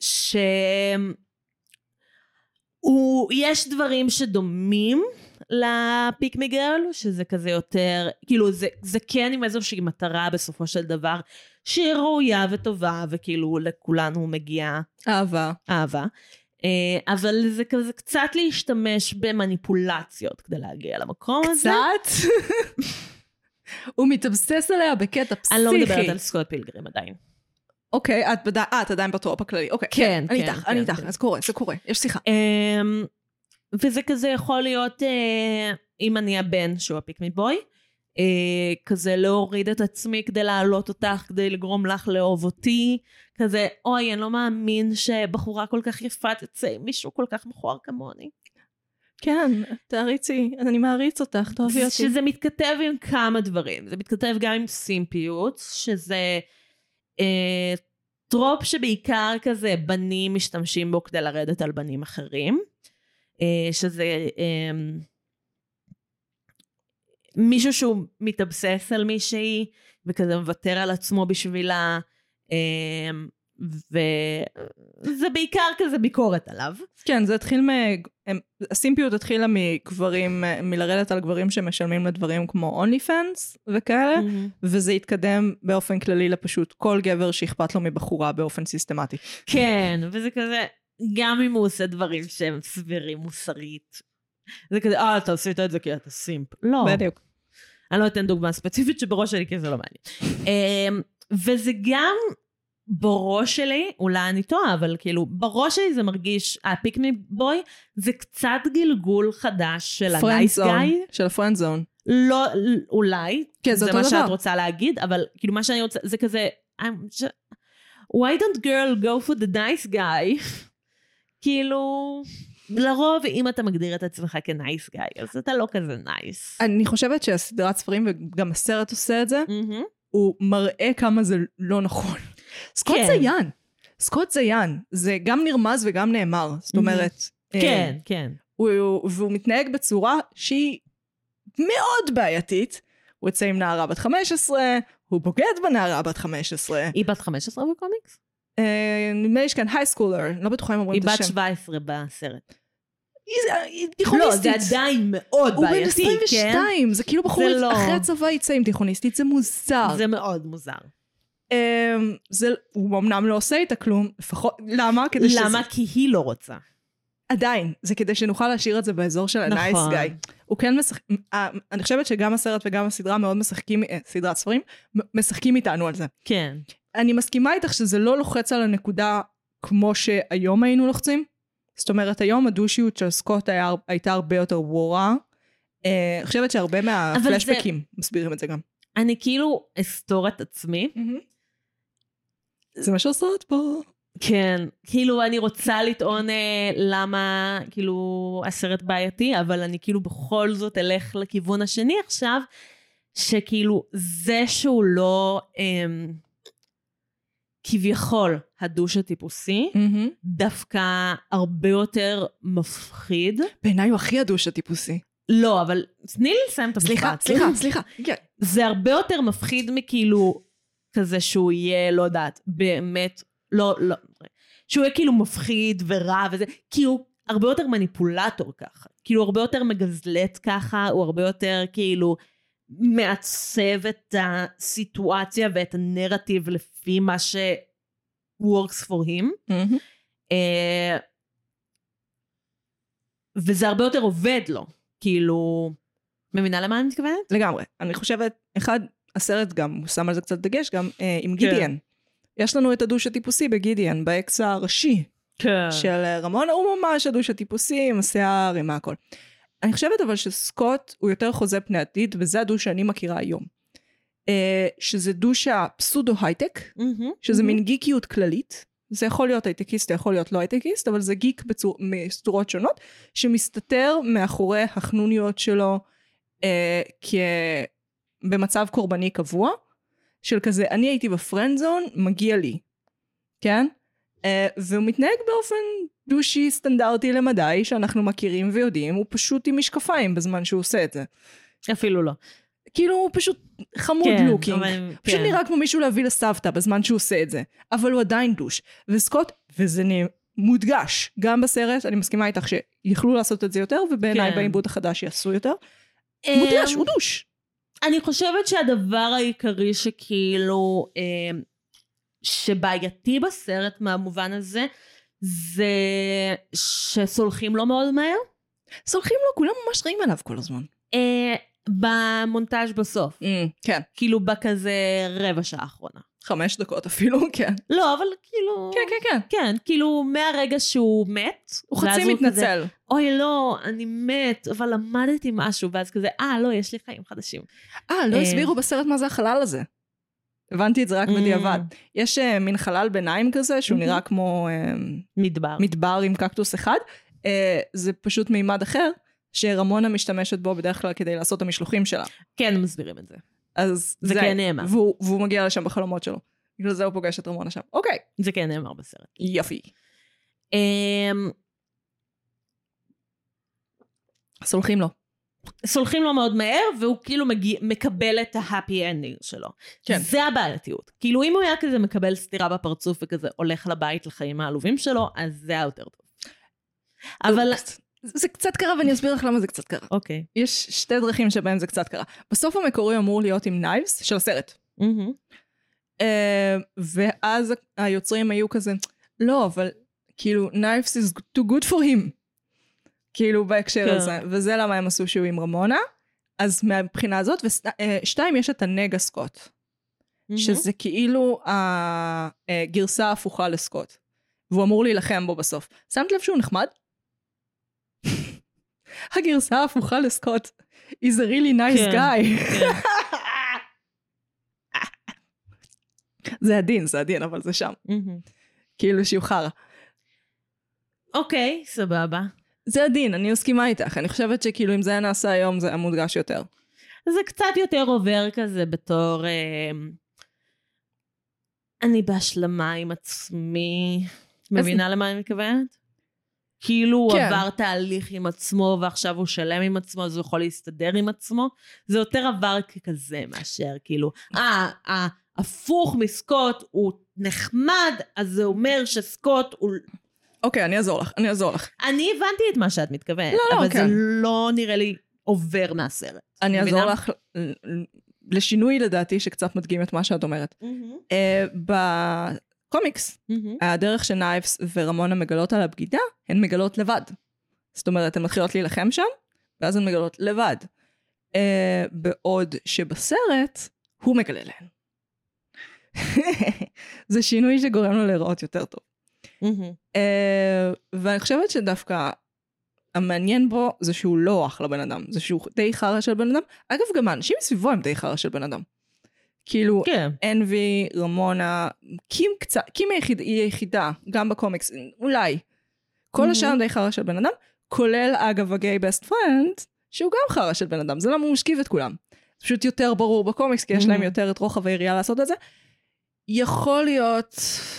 שיש דברים שדומים לפיק מגרל, שזה כזה יותר, כאילו זה, זה כן עם איזושהי מטרה בסופו של דבר, שהיא ראויה וטובה, וכאילו לכולנו מגיעה אהבה. אהבה. אבל זה כזה קצת להשתמש במניפולציות כדי להגיע למקום הזה. קצת? הוא מתאבסס עליה בקטע פסיכי. אני לא מדברת על סקוט פילגרים עדיין. אוקיי, את, בד... את עדיין בטרופ הכללי. אוקיי, כן, כן, כן, אני איתך, כן, אני איתך, כן. אז קורה, זה קורה, יש שיחה. וזה כזה יכול להיות, אם אני הבן שהוא הפיק מבוי, אה, כזה להוריד את עצמי כדי להעלות אותך, כדי לגרום לך לאהוב אותי, כזה, אוי, אני לא מאמין שבחורה כל כך יפה תצא עם מישהו כל כך מכוער כמוני. כן, תעריצי, אני מעריץ אותך, תאהבי אותי. שזה מתכתב עם כמה דברים. זה מתכתב גם עם סימפיות, שזה אה, טרופ שבעיקר כזה בנים משתמשים בו כדי לרדת על בנים אחרים. אה, שזה אה, מישהו שהוא מתאבסס על מישהי, וכזה מוותר על עצמו בשבילה, אה, וזה בעיקר כזה ביקורת עליו. כן, זה התחיל מ... הסימפיות התחילה מגברים, מלרדת על גברים שמשלמים לדברים כמו OnlyFans וכאלה, mm-hmm. וזה התקדם באופן כללי לפשוט כל גבר שאכפת לו מבחורה באופן סיסטמטי. כן, וזה כזה, גם אם הוא עושה דברים שהם סבירים מוסרית, זה כזה, אה, אתה עשית את זה כי אתה סימפ. לא. בדיוק. אני לא אתן דוגמה ספציפית שבראש שלי כי זה לא מעניין. וזה גם... בראש שלי, אולי אני טועה, אבל כאילו, בראש שלי זה מרגיש, הפיקמי בוי, זה קצת גלגול חדש של הנייס גאי. של הפרנד זון. לא, אולי, כן, זה מה שאת רוצה להגיד, אבל כאילו מה שאני רוצה, זה כזה, why don't girl go for the nice guy? כאילו, לרוב, אם אתה מגדיר את עצמך כנייס גאי, אז אתה לא כזה נייס. אני חושבת שהסדרת ספרים, וגם הסרט עושה את זה, הוא מראה כמה זה לא נכון. סקוט זיין, סקוט זיין, זה גם נרמז וגם נאמר, זאת אומרת, כן, כן. והוא מתנהג בצורה שהיא מאוד בעייתית, הוא יוצא עם נערה בת חמש עשרה, הוא בוגד בנערה בת חמש עשרה. היא בת חמש עשרה בקומיקס? נדמה לי שכאן הייסקולר, לא בטוחה אם אומרים את השם. היא בת שבע עשרה בסרט. היא תיכוניסטית. לא, זה עדיין מאוד בעייתי, כן? הוא בן עשרים ושתיים, זה כאילו בחור אחרי הצבא יצא עם תיכוניסטית, זה מוזר. זה מאוד מוזר. זה, הוא אמנם לא עושה איתה כלום, לפחות, למה? למה? כי היא לא רוצה. עדיין, זה כדי שנוכל להשאיר את זה באזור של הנייס גאי. הוא כן משחק, אני חושבת שגם הסרט וגם הסדרה מאוד משחקים, סדרת ספרים, משחקים איתנו על זה. כן. אני מסכימה איתך שזה לא לוחץ על הנקודה כמו שהיום היינו לוחצים. זאת אומרת, היום הדושיות של סקוט הייתה הרבה יותר וורה. אני חושבת שהרבה מהפלשבקים מסבירים את זה גם. אני כאילו אסתור את עצמי. זה מה שעושות פה. כן, כאילו אני רוצה לטעון למה כאילו הסרט בעייתי, אבל אני כאילו בכל זאת אלך לכיוון השני עכשיו, שכאילו זה שהוא לא אמ, כביכול הדוש הטיפוסי, mm-hmm. דווקא הרבה יותר מפחיד. בעיניי הוא הכי הדוש הטיפוסי. לא, אבל תני לי לסיים את המשפט. סליחה, סליחה, סליחה. זה הרבה יותר מפחיד מכאילו כזה שהוא יהיה, לא יודעת, באמת, לא, לא, שהוא יהיה כאילו מפחיד ורע וזה, כי הוא הרבה יותר מניפולטור ככה, כאילו הרבה יותר מגזלט ככה, הוא הרבה יותר כאילו מעצב את הסיטואציה ואת הנרטיב לפי מה ש works for him, mm-hmm. uh, וזה הרבה יותר עובד לו, כאילו, מבינה למה אני מתכוונת? לגמרי, אני חושבת, אחד, הסרט גם, הוא שם על זה קצת דגש, גם אה, עם גידיאן. יש לנו את הדוש הטיפוסי בגידיאן, באקס הראשי כן. של רמון, הוא ממש הדוש הטיפוסי, עם השיער, עם הכל. אני חושבת אבל שסקוט הוא יותר חוזה פני עתיד, וזה הדוש שאני מכירה היום. אה, שזה דוש הפסודו הייטק, mm-hmm, שזה mm-hmm. מין גיקיות כללית, זה יכול להיות הייטקיסט, זה יכול להיות לא הייטקיסט, אבל זה גיק בצור, מסתורות שונות, שמסתתר מאחורי החנוניות שלו, אה, כבמצב קורבני קבוע, של כזה, אני הייתי בפרנד זון, מגיע לי, כן? אה, והוא מתנהג באופן דושי סטנדרטי למדי, שאנחנו מכירים ויודעים, הוא פשוט עם משקפיים בזמן שהוא עושה את זה. אפילו לא. כאילו הוא פשוט חמוד כן, לוקינג, אבל, פשוט כן. נראה כמו מישהו להביא לסבתא בזמן שהוא עושה את זה, אבל הוא עדיין דוש. וסקוט, וזה מודגש, גם בסרט, אני מסכימה איתך שיכלו לעשות את זה יותר, ובעיניי כן. בעיבוד החדש יעשו יותר, מודגש, הוא דוש. אני חושבת שהדבר העיקרי שכאילו, שבעייתי בסרט מהמובן הזה, זה שסולחים לו מאוד מהר. סולחים לו, כולם ממש רעים עליו כל הזמן. במונטאז' בסוף. Mm, כן. כאילו בכזה רבע שעה האחרונה. חמש דקות אפילו, כן. לא, אבל כאילו... כן, כן, כן. כן, כאילו מהרגע שהוא מת... הוא חצי מתנצל. כזה, אוי לא, אני מת, אבל למדתי משהו, ואז כזה, אה, לא, יש לי חיים חדשים. אה, לא הסבירו בסרט מה זה החלל הזה. הבנתי את זה רק בדיעבד. יש מין חלל ביניים כזה, שהוא נראה כמו מדבר. מדבר עם קקטוס אחד. זה פשוט מימד אחר, שרמונה משתמשת בו בדרך כלל כדי לעשות את המשלוחים שלה. כן, מסבירים את זה. אז זה כן נאמר. והוא, והוא מגיע לשם בחלומות שלו. בגלל זה הוא פוגש את רמונה שם. אוקיי. זה כן נאמר בסרט. יפי. סולחים לו. סולחים לו מאוד מהר, והוא כאילו מגיע, מקבל את ההפי אנדינג שלו. כן. זה הבעייתיות. כאילו אם הוא היה כזה מקבל סתירה בפרצוף וכזה הולך לבית לחיים העלובים שלו, אז זה היה יותר טוב. אבל... זה קצת קרה, ואני אסביר לך למה זה קצת קרה. אוקיי. יש שתי דרכים שבהם זה קצת קרה. בסוף המקורי אמור להיות עם נייבס של הסרט. ואז היוצרים היו כזה, לא, אבל כאילו, נייבס is too good for him. כאילו בהקשר הזה. וזה למה הם עשו שהוא עם רמונה. אז מהבחינה הזאת, ושתיים, יש את הנגה סקוט. שזה כאילו הגרסה ההפוכה לסקוט. והוא אמור להילחם בו בסוף. שמת לב שהוא נחמד? הגרסה ההפוכה לסקוט is a really nice guy. זה הדין, זה הדין, אבל זה שם. כאילו שהוא חרה. אוקיי, סבבה. זה הדין, אני מסכימה איתך. אני חושבת שכאילו אם זה היה נעשה היום, זה היה מודגש יותר. זה קצת יותר עובר כזה בתור... אני בהשלמה עם עצמי. מבינה למה אני מתכוונת? כאילו הוא עבר תהליך עם עצמו, ועכשיו הוא שלם עם עצמו, אז הוא יכול להסתדר עם עצמו. זה יותר עבר ככזה מאשר, כאילו, אה, ההפוך מסקוט הוא נחמד, אז זה אומר שסקוט הוא... אוקיי, אני אעזור לך, אני אעזור לך. אני הבנתי את מה שאת מתכוונת, אבל זה לא נראה לי עובר מהסרט. אני אעזור לך לשינוי לדעתי, שקצת מדגים את מה שאת אומרת. ב... קומיקס, mm-hmm. הדרך שנייבס ורמונה מגלות על הבגידה, הן מגלות לבד. זאת אומרת, הן מתחילות להילחם שם, ואז הן מגלות לבד. Uh, בעוד שבסרט, הוא מגלה להן. זה שינוי שגורם לו להיראות יותר טוב. Mm-hmm. Uh, ואני חושבת שדווקא המעניין בו, זה שהוא לא אחלה בן אדם, זה שהוא די חרא של בן אדם. אגב, גם האנשים מסביבו הם די חרא של בן אדם. כאילו, אנבי, רמונה, קים קצת, קים היא היחידה, גם בקומיקס, אולי. כל השאר די חרא של בן אדם, כולל אגב הגיי בסט פרנד, שהוא גם חרא של בן אדם, זה למה הוא משכיב את כולם. זה פשוט יותר ברור בקומיקס, כי יש להם יותר את רוחב היריעה לעשות את זה. יכול להיות,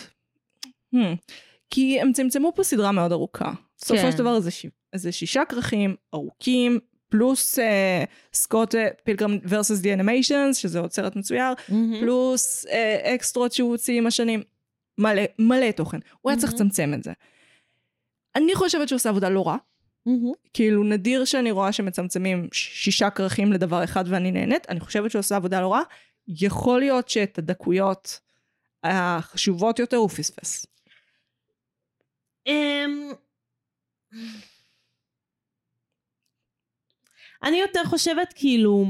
כי הם צמצמו פה סדרה מאוד ארוכה. בסופו של דבר זה שישה כרכים ארוכים, פלוס סקוט פילגרם versus the animations, שזה עוד סרט מצויר, פלוס אקסטרות שהוא הוציא עם השנים, מלא, מלא תוכן. הוא היה צריך לצמצם את זה. אני חושבת שהוא עושה עבודה לא רע, כאילו נדיר שאני רואה שמצמצמים שישה כרכים לדבר אחד ואני נהנית, אני חושבת שהוא עושה עבודה לא רע, יכול להיות שאת הדקויות החשובות יותר הוא פספס. אני יותר חושבת כאילו,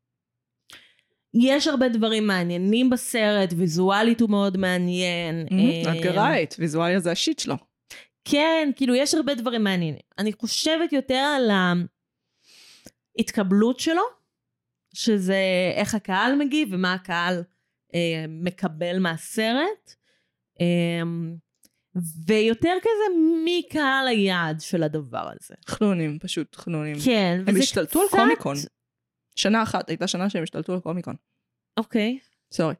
יש הרבה דברים מעניינים בסרט, ויזואלית הוא מאוד מעניין. את גראית, ויזואליה זה השיט שלו. כן, כאילו יש הרבה דברים מעניינים. אני חושבת יותר על ההתקבלות שלו, שזה איך הקהל מגיב, ומה הקהל אה, מקבל מהסרט. אה, ויותר כזה מי קהל היעד של הדבר הזה. חנונים, פשוט חנונים. כן. הם השתלטו על קומיקון. שנה אחת, הייתה שנה שהם השתלטו על קומיקון. אוקיי. סורי.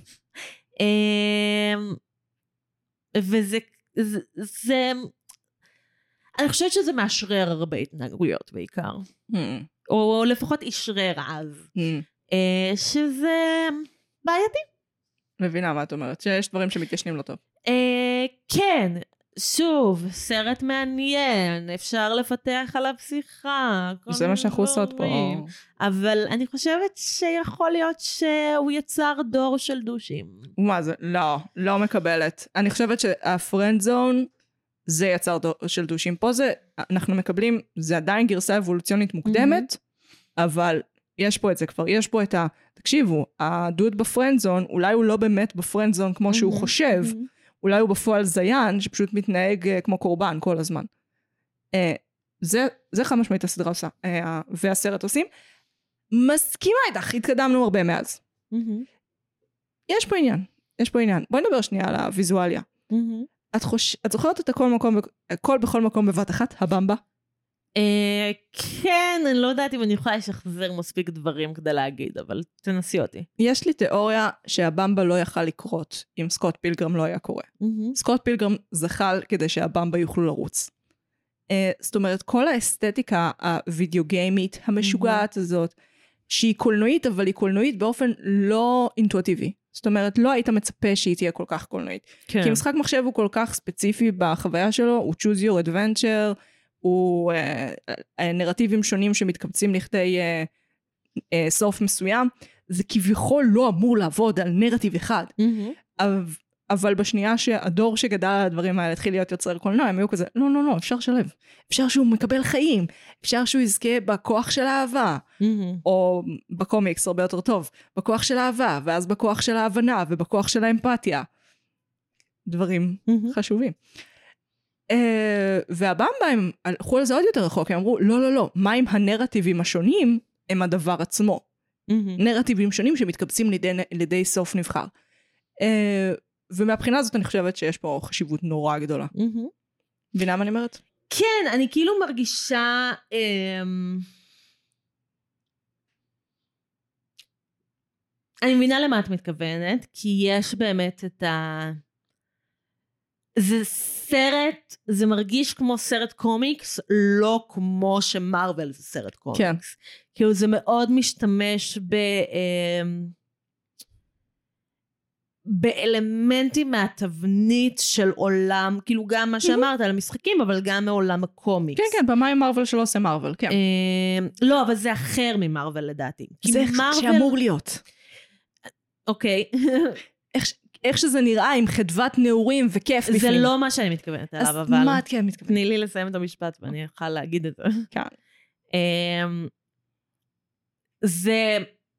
וזה, זה, אני חושבת שזה מאשרר הרבה התנהגויות בעיקר. או לפחות ישרר אז. שזה בעייתי. מבינה מה את אומרת, שיש דברים שמתיישנים לא טוב. כן, שוב, סרט מעניין, אפשר לפתח עליו שיחה. זה מה שאנחנו עושות פה. אבל אני חושבת שיכול להיות שהוא יצר דור של דושים. מה זה? לא, לא מקבלת. אני חושבת שהפרנד זון זה יצר דור של דושים. פה זה, אנחנו מקבלים, זה עדיין גרסה אבולוציונית מוקדמת, אבל יש פה את זה כבר, יש פה את ה... תקשיבו, הדוד בפרנד זון, אולי הוא לא באמת בפרנד זון כמו שהוא חושב, אולי הוא בפועל זיין, שפשוט מתנהג כמו קורבן כל הזמן. זה, זה חד משמעית הסדרה עושה, והסרט עושים. מסכימה איתך, התקדמנו הרבה מאז. יש פה עניין, יש פה עניין. בואי נדבר שנייה על הוויזואליה. את, חוש... את זוכרת את הכל, מקום, הכל בכל מקום בבת אחת, הבמבה? כן, אני לא יודעת אם אני יכולה לשחזר מספיק דברים כדי להגיד, אבל תנסי אותי. יש לי תיאוריה שהבמבה לא יכל לקרות אם סקוט פילגרם לא היה קורה. סקוט פילגרם זחל כדי שהבמבה יוכלו לרוץ. זאת אומרת, כל האסתטיקה הווידאו גיימית המשוגעת הזאת, שהיא קולנועית, אבל היא קולנועית באופן לא אינטואיטיבי. זאת אומרת, לא היית מצפה שהיא תהיה כל כך קולנועית. כן. כי משחק מחשב הוא כל כך ספציפי בחוויה שלו, הוא choose your adventure, הוא uh, נרטיבים שונים שמתקבצים לכדי uh, uh, סוף מסוים, זה כביכול לא אמור לעבוד על נרטיב אחד. Mm-hmm. אבל, אבל בשנייה שהדור שגדל על הדברים האלה התחיל להיות יוצר קולנוע, הם היו כזה, לא, לא, לא, אפשר שלב. אפשר שהוא מקבל חיים, אפשר שהוא יזכה בכוח של האהבה, mm-hmm. או בקומיקס הרבה יותר טוב, בכוח של האהבה, ואז בכוח של ההבנה, ובכוח של האמפתיה. דברים mm-hmm. חשובים. Uh, והבמבה הם הלכו על זה עוד יותר רחוק, הם אמרו, לא, לא, לא, מה עם הנרטיבים השונים הם הדבר עצמו. Mm-hmm. נרטיבים שונים שמתקבצים לידי, לידי סוף נבחר. Uh, ומהבחינה הזאת אני חושבת שיש פה חשיבות נורא גדולה. Mm-hmm. מבינה מה אני אומרת? כן, אני כאילו מרגישה... Um... אני מבינה למה את מתכוונת, כי יש באמת את ה... זה סרט, זה מרגיש כמו סרט קומיקס, לא כמו שמרוול זה סרט קומיקס. כן. כאילו זה מאוד משתמש ב... באלמנטים מהתבנית של עולם, כאילו גם מה שאמרת על המשחקים, אבל גם מעולם הקומיקס. כן, כן, במה עם מרוול שלא עושה מרוול, כן. לא, אבל זה אחר ממרוול לדעתי. זה שאמור להיות. אוקיי. איך... איך שזה נראה עם חדוות נעורים וכיף בפנים. זה לא מה שאני מתכוונת עליו, אבל... אז מה את כן מתכוונת? תני לי לסיים את המשפט ואני אוכל להגיד את זה. כן. זה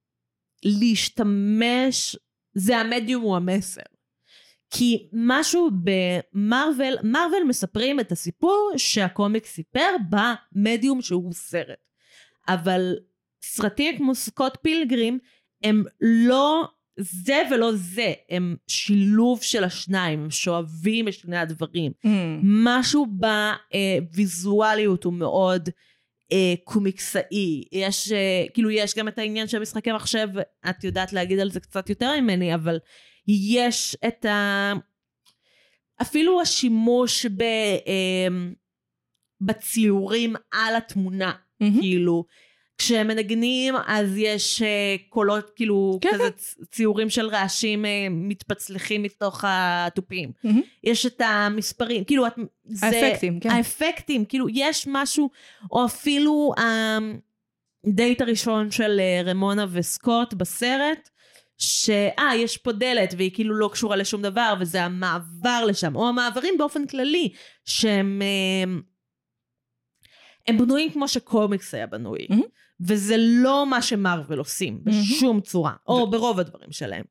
להשתמש, זה המדיום הוא המסר. כי משהו במרוול, מרוול מספרים את הסיפור שהקומיק סיפר במדיום שהוא סרט. אבל סרטים כמו סקוט פילגרים הם לא... זה ולא זה, הם שילוב של השניים, הם שואבים את שני הדברים. Mm. משהו בוויזואליות הוא מאוד אה, קומיקסאי. יש, אה, כאילו יש גם את העניין של משחקי מחשב, את יודעת להגיד על זה קצת יותר ממני, אבל יש את ה... אפילו השימוש ב, אה, בציורים על התמונה, mm-hmm. כאילו... כשהם מנגנים, אז יש uh, קולות, כאילו, כן. כזה ציורים של רעשים uh, מתפצלחים מתוך הטופים. Mm-hmm. יש את המספרים, כאילו, את, זה... האפקטים, כן. האפקטים, כאילו, יש משהו, או אפילו הדייט הראשון של uh, רמונה וסקוט בסרט, שאה, יש פה דלת, והיא כאילו לא קשורה לשום דבר, וזה המעבר לשם, או המעברים באופן כללי, שהם... Uh, הם בנויים כמו שקומיקס היה בנוי. Mm-hmm. וזה לא מה שמרוול עושים, mm-hmm. בשום צורה, או ברוב הדברים שלהם.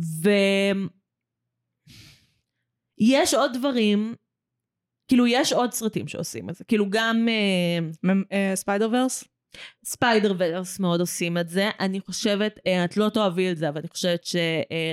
ויש עוד דברים, כאילו יש עוד סרטים שעושים את זה, כאילו גם... ספיידר ורס? ספיידר ורס מאוד עושים את זה, אני חושבת, את לא תאהבי את זה, אבל אני חושבת ש...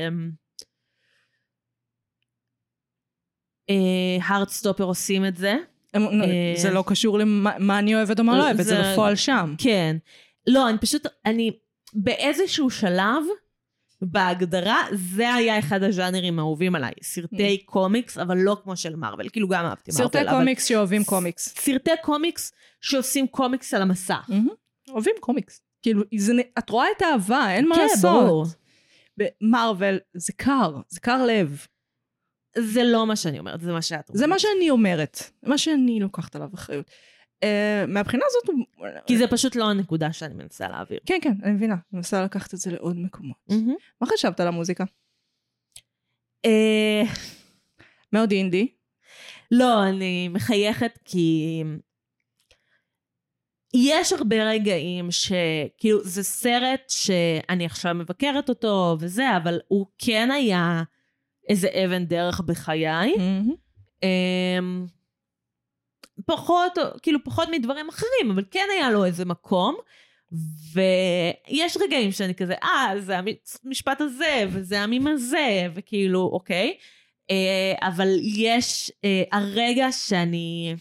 הארדסטופר עושים את זה. זה לא קשור למה אני אוהבת או מה לא אוהבת, זה בפועל שם. כן. לא, אני פשוט, אני באיזשהו שלב, בהגדרה, זה היה אחד הז'אנרים האהובים עליי. סרטי קומיקס, אבל לא כמו של מרוול. כאילו גם אהבתי מרוול. סרטי קומיקס שאוהבים קומיקס. סרטי קומיקס שעושים קומיקס על המסך. אוהבים קומיקס. כאילו, את רואה את האהבה, אין מה לעשות. במרוול זה קר, זה קר לב. זה לא מה שאני אומרת, זה מה שאת אומרת. זה מה שאני אומרת, זה מה שאני לוקחת עליו אחריות. מהבחינה הזאת... כי זה פשוט לא הנקודה שאני מנסה להעביר. כן, כן, אני מבינה. אני מנסה לקחת את זה לעוד מקומות. מה חשבת על המוזיקה? מאוד אינדי. לא, אני מחייכת כי... יש הרבה רגעים שכאילו זה סרט שאני עכשיו מבקרת אותו וזה, אבל הוא כן היה איזה אבן דרך בחיי. פחות, כאילו פחות מדברים אחרים, אבל כן היה לו איזה מקום, ויש רגעים שאני כזה, אה, זה המשפט הזה, וזה המים הזה, וכאילו, אוקיי, אבל יש הרגע שאני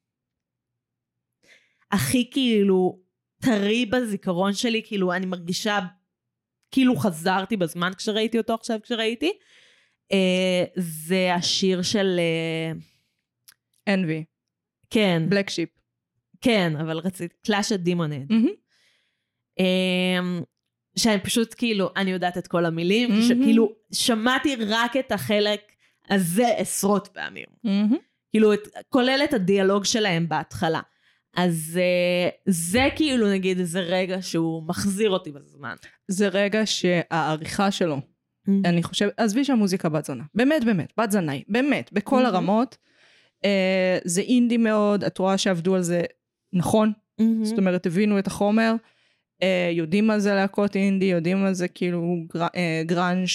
הכי כאילו טרי בזיכרון שלי, כאילו אני מרגישה כאילו חזרתי בזמן כשראיתי אותו עכשיו כשראיתי, זה השיר של אנבי. כן. בלק שיפ. כן, אבל רציתי, קלאש את דימונד. שאני פשוט כאילו, אני יודעת את כל המילים, כאילו שמעתי רק את החלק הזה עשרות פעמים. כאילו, כולל את הדיאלוג שלהם בהתחלה. אז זה כאילו נגיד איזה רגע שהוא מחזיר אותי בזמן. זה רגע שהעריכה שלו, אני חושב, עזבי שהמוזיקה בת זונה. באמת, באמת, בת זנאי. באמת, בכל הרמות. זה אינדי מאוד, את רואה שעבדו על זה נכון. זאת אומרת, הבינו את החומר. יודעים מה זה להקות אינדי, יודעים מה זה כאילו גרנג'.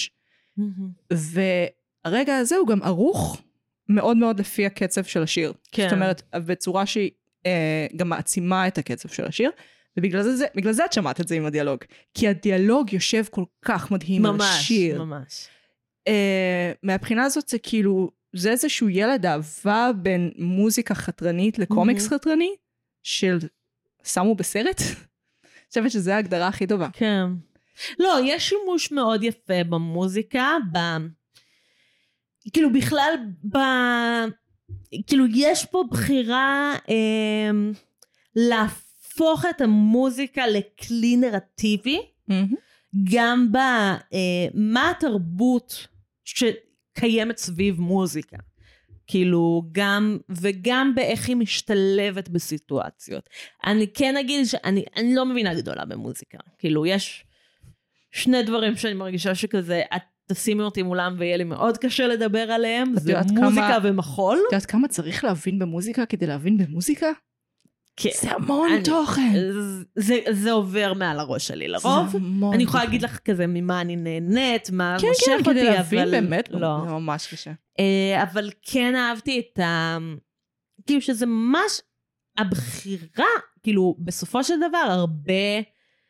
והרגע הזה הוא גם ערוך מאוד מאוד לפי הקצב של השיר. זאת אומרת, בצורה שהיא גם מעצימה את הקצב של השיר, ובגלל זה, בגלל זה את שמעת את זה עם הדיאלוג. כי הדיאלוג יושב כל כך מדהים על השיר. ממש, ממש. מהבחינה הזאת זה כאילו, זה איזשהו ילד אהבה בין מוזיקה חתרנית לקומיקס חתרני, של שמו בסרט. אני חושבת שזו ההגדרה הכי טובה. כן. לא, יש שימוש מאוד יפה במוזיקה, ב... כאילו בכלל, ב... כאילו יש פה בחירה אה, להפוך את המוזיקה לכלי נרטיבי, mm-hmm. גם במה אה, התרבות שקיימת סביב מוזיקה. כאילו גם, וגם באיך היא משתלבת בסיטואציות. אני כן אגיד שאני אני לא מבינה גדולה במוזיקה. כאילו יש שני דברים שאני מרגישה שכזה, את תשימי אותי מולם ויהיה לי מאוד קשה לדבר עליהם, זה מוזיקה כמה, ומחול. את יודעת כמה צריך להבין במוזיקה כדי להבין במוזיקה? כן. זה המון אני, תוכן. זה, זה עובר מעל הראש שלי לרוב. אני יכולה להגיד לך כזה ממה אני נהנית, מה כן, מושך כן, אותי, כדי להבין אבל באמת, לא. זה ממש קשה. אבל כן אהבתי את ה... כאילו שזה ממש הבחירה, כאילו בסופו של דבר הרבה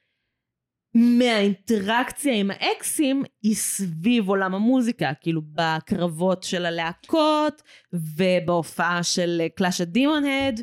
מהאינטראקציה עם האקסים היא סביב עולם המוזיקה, כאילו בקרבות של הלהקות ובהופעה של קלאש הדימונד,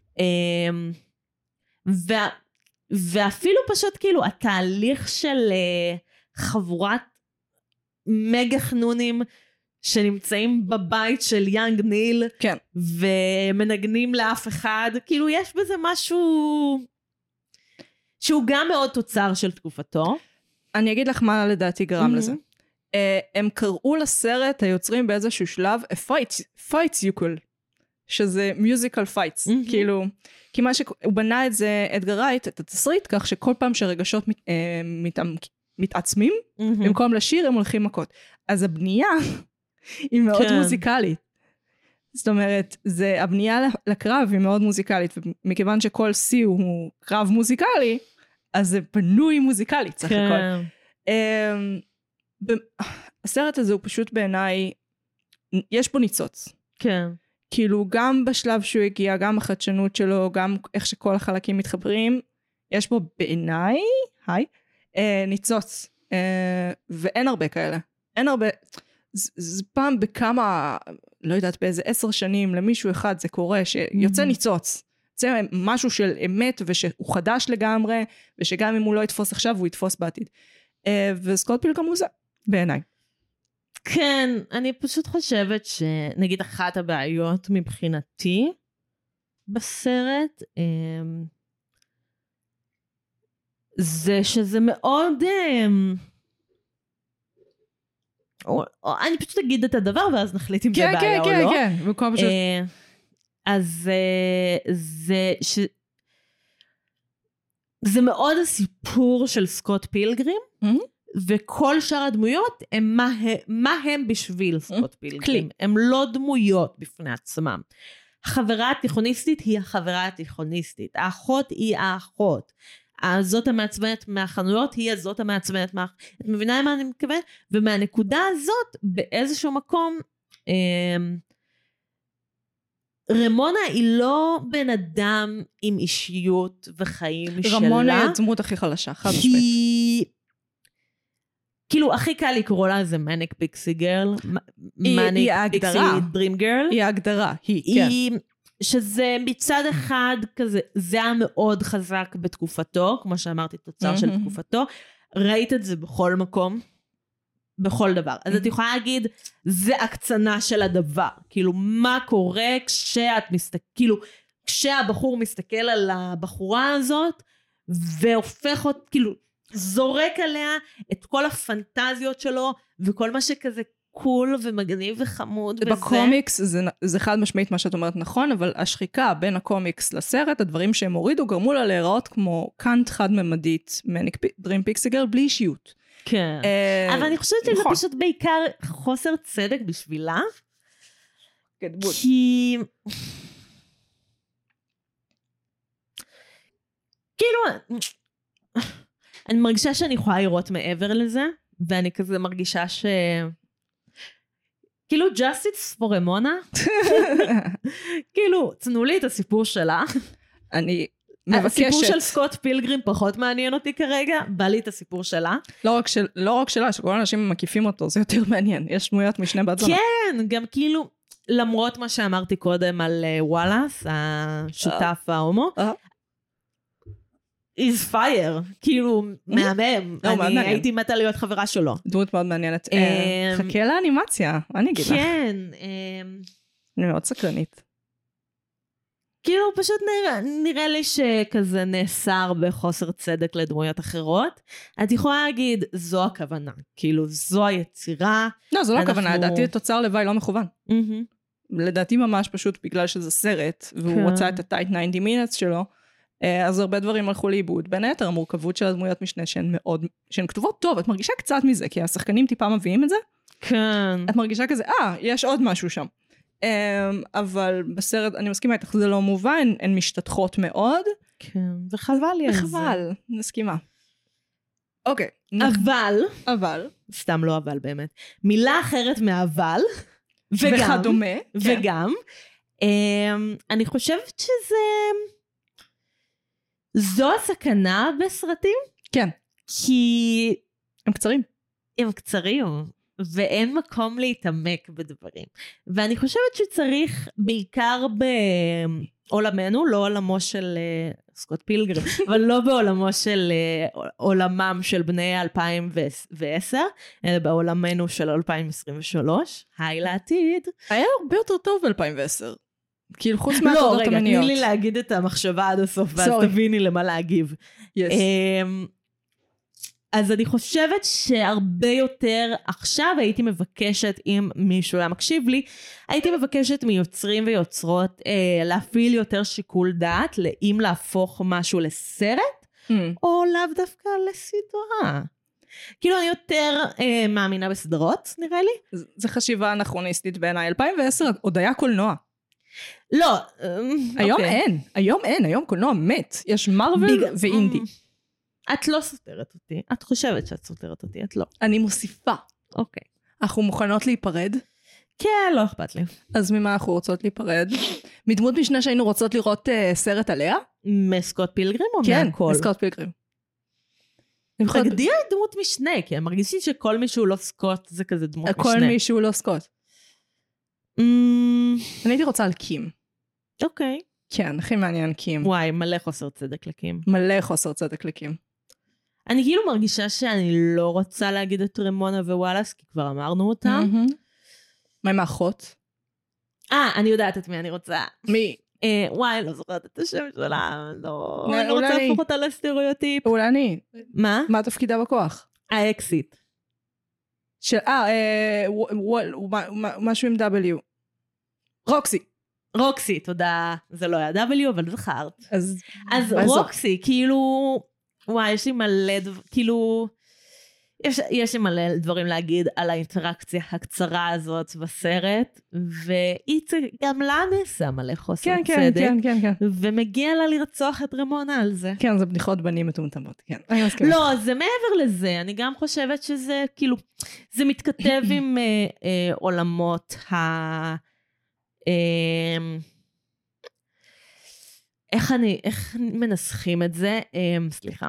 וה, ואפילו פשוט כאילו התהליך של חבורת מגה חנונים שנמצאים בבית של יאנג ניל, כן. ומנגנים לאף אחד, כאילו יש בזה משהו שהוא גם מאוד תוצר של תקופתו. אני אגיד לך מה לדעתי גרם mm-hmm. לזה. Uh, הם קראו לסרט היוצרים באיזשהו שלב, a fight, fight sequel, שזה musical fights, mm-hmm. כאילו, כי מה שהוא בנה את זה, אדגר רייט, את התסריט, כך שכל פעם שרגשות מת, uh, מת, מתעצמים, mm-hmm. במקום לשיר הם הולכים מכות. אז הבנייה היא מאוד כן. מוזיקלית. זאת אומרת, זה, הבנייה לקרב היא מאוד מוזיקלית, ומכיוון שכל סי הוא קרב מוזיקלי, אז זה בנוי מוזיקלית, סך כן. הכל. Um, הסרט הזה הוא פשוט בעיניי, יש פה ניצוץ. כן. כאילו, גם בשלב שהוא הגיע, גם החדשנות שלו, גם איך שכל החלקים מתחברים, יש פה בעיניי, היי, uh, ניצוץ. Uh, ואין הרבה כאלה. אין הרבה... זה, זה פעם בכמה, לא יודעת, באיזה עשר שנים, למישהו אחד זה קורה, שיוצא mm-hmm. ניצוץ. זה משהו של אמת, ושהוא חדש לגמרי, ושגם אם הוא לא יתפוס עכשיו, הוא יתפוס בעתיד. Uh, וסקוט פילגרם הוא זה, בעיניי. כן, אני פשוט חושבת שנגיד אחת הבעיות מבחינתי, בסרט, um, זה שזה מאוד... Um, או, או, אני פשוט אגיד את הדבר ואז נחליט אם כן, זה בעיה כן, או כן, לא. כן, כן, פשוט... אז זה ש... זה מאוד הסיפור של סקוט פילגרים, mm-hmm. וכל שאר הדמויות הם מה, מה הם בשביל סקוט mm-hmm. פילגרים. הם לא דמויות בפני עצמם. החברה התיכוניסטית היא החברה התיכוניסטית. האחות היא האחות. הזאת המעצבנת מהחנויות היא הזאת המעצבנת מה... את מבינה מה אני מתכוון? ומהנקודה הזאת באיזשהו מקום אה, רמונה היא לא בן אדם עם אישיות וחיים משלה. רמונה היא הדמות הכי חלשה, חד משמעית. היא... כאילו, הכי קל לקרוא לה זה מניק פיקסי גרל. מניק פיקסי דרים גרל. היא ההגדרה, היא, כן. שזה מצד אחד כזה, זה היה מאוד חזק בתקופתו, כמו שאמרתי, תוצר של תקופתו. ראית את זה בכל מקום, בכל דבר. אז את יכולה להגיד, זה הקצנה של הדבר. כאילו, מה קורה כשאת מסתכל, כאילו, כשהבחור מסתכל על הבחורה הזאת, והופך אותה, כאילו, זורק עליה את כל הפנטזיות שלו, וכל מה שכזה קול ומגניב וחמוד וזה. בקומיקס זה, זה חד משמעית מה שאת אומרת נכון, אבל השחיקה בין הקומיקס לסרט, הדברים שהם הורידו, גרמו לה להיראות כמו קאנט חד-ממדית, מניק דרים פיקסי גרל, בלי אישיות. כן. אבל אני חושבת שזה פשוט בעיקר חוסר צדק בשבילה. כי... כאילו... אני מרגישה שאני יכולה לראות מעבר לזה, ואני כזה מרגישה ש... כאילו, justice for Ramona. כאילו, תנו לי את הסיפור שלה. אני מבקשת... הסיפור של סקוט פילגרים פחות מעניין אותי כרגע, בא לי את הסיפור שלה. לא רק, של, לא רק שלה, שכל האנשים מקיפים אותו, זה יותר מעניין. יש דמויות משנה בת זונה. כן, גם כאילו, למרות מה שאמרתי קודם על וואלאס, השותף ההומו, is fire, כאילו, מהמם. אני הייתי מתה להיות חברה שלו. דמות מאוד מעניינת. חכה לאנימציה, אני אגיד לך. כן. אני מאוד סקרנית. כאילו, פשוט נראה לי שכזה נאסר בחוסר צדק לדמויות אחרות. את יכולה להגיד, זו הכוונה. כאילו, זו היצירה. לא, זו לא הכוונה. לדעתי תוצר לוואי לא מכוון. לדעתי ממש פשוט בגלל שזה סרט, והוא רצה את ה-tight ninety minutes שלו, אז הרבה דברים הלכו לאיבוד. בין היתר, המורכבות של הדמויות משנה שהן מאוד, שהן כתובות טוב, את מרגישה קצת מזה, כי השחקנים טיפה מביאים את זה. כן. את מרגישה כזה, אה, יש עוד משהו שם. אבל בסרט, אני מסכימה איתך, זה לא מובן, הן משתתחות מאוד. כן, וחבל לי על זה. וחבל, נסכימה. אוקיי. אבל, אבל, סתם לא אבל באמת, מילה אחרת מאבל, וגם, וכדומה, וגם, אני חושבת שזה... זו הסכנה בסרטים? כן. כי... הם קצרים. הם קצרים, ואין מקום להתעמק בדברים. ואני חושבת שצריך בעיקר בעולמנו, לא עולמו של סקוט פילגרים, אבל לא בעולמו של עולמם של בני אלפיים ועשר, אלא בעולמנו של אלפיים עשרים ושלוש, היי לעתיד. היה הרבה יותר טוב ב-אלפיים ועשר. כאילו חוץ מהטרדות המיניות. לא, רגע, תני לי להגיד את המחשבה עד הסוף, ואז תביני למה להגיב. אז אני חושבת שהרבה יותר, עכשיו הייתי מבקשת, אם מישהו היה מקשיב לי, הייתי מבקשת מיוצרים ויוצרות להפעיל יותר שיקול דעת, אם להפוך משהו לסרט, או לאו דווקא לסדרה. כאילו אני יותר מאמינה בסדרות, נראה לי. זה חשיבה אנכרוניסטית בעיניי. אלפיים ועשר עוד היה קולנוע. לא. היום אין, היום אין, היום קולנוע מת. יש מרוול ואינדי. את לא סותרת אותי. את חושבת שאת סותרת אותי, את לא. אני מוסיפה. אוקיי. אנחנו מוכנות להיפרד? כן, לא אכפת לי. אז ממה אנחנו רוצות להיפרד? מדמות משנה שהיינו רוצות לראות סרט עליה? מסקוט פילגרים או כן, מהכל? כן, מסקוט פילגרים. תגדיר דמות משנה, כי אני מרגישי שכל מישהו לא סקוט זה כזה דמות משנה. כל מישהו לא סקוט. אני הייתי רוצה על קים. אוקיי. כן, הכי מעניין קים. וואי, מלא חוסר צדק לקים. מלא חוסר צדק לקים. אני כאילו מרגישה שאני לא רוצה להגיד את רמונה ווואלאס, כי כבר אמרנו אותם. מה עם האחות? אה, אני יודעת את מי אני רוצה. מי? וואי, לא זוכרת את השם שלה. לא, אני לא רוצה להפוך אותה לסטריאוטיפ. אולי אני. מה? מה תפקידה בכוח? האקסיט. של, אה, משהו עם W. רוקסי. רוקסי, תודה. זה לא היה W, אבל זכרת. אז, אז רוקסי, כאילו, וואי, יש לי מלא, כאילו, יש, יש לי מלא דברים להגיד על האינטראקציה הקצרה הזאת בסרט, והיא גם לה נעשה מלא חוסר כן, צדק, כן, כן, כן. ומגיע לה לרצוח את רמונה על זה. כן, זה בדיחות בנים מטומטמות, כן. לא, זה מעבר לזה, אני גם חושבת שזה, כאילו, זה מתכתב עם אה, אה, עולמות ה... אה, איך אני, איך מנסחים את זה? סליחה.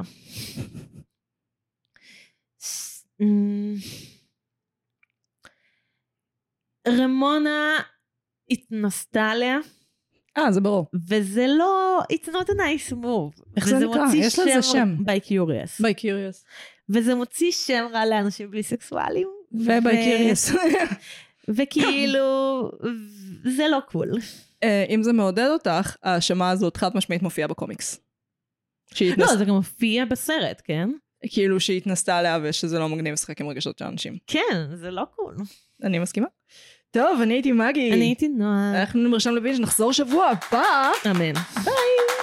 רמונה התנסתה עליה. אה, זה ברור. וזה לא, it's not a nice move. איך זה נקרא? יש לזה שם. by curious. by curious. וזה מוציא שם רע לאנשים בלי סקסואלים. ו-by curious. וכאילו, זה לא קול. אם זה מעודד אותך, השמה הזאת חד משמעית מופיעה בקומיקס. לא, זה גם מופיע בסרט, כן? כאילו שהיא התנסתה עליה ושזה לא מגניב לשחק עם רגשות של אנשים. כן, זה לא קול. אני מסכימה. טוב, אני הייתי מגי. אני הייתי נועה. אנחנו נמרשם לבין שנחזור שבוע הבא. אמן. ביי.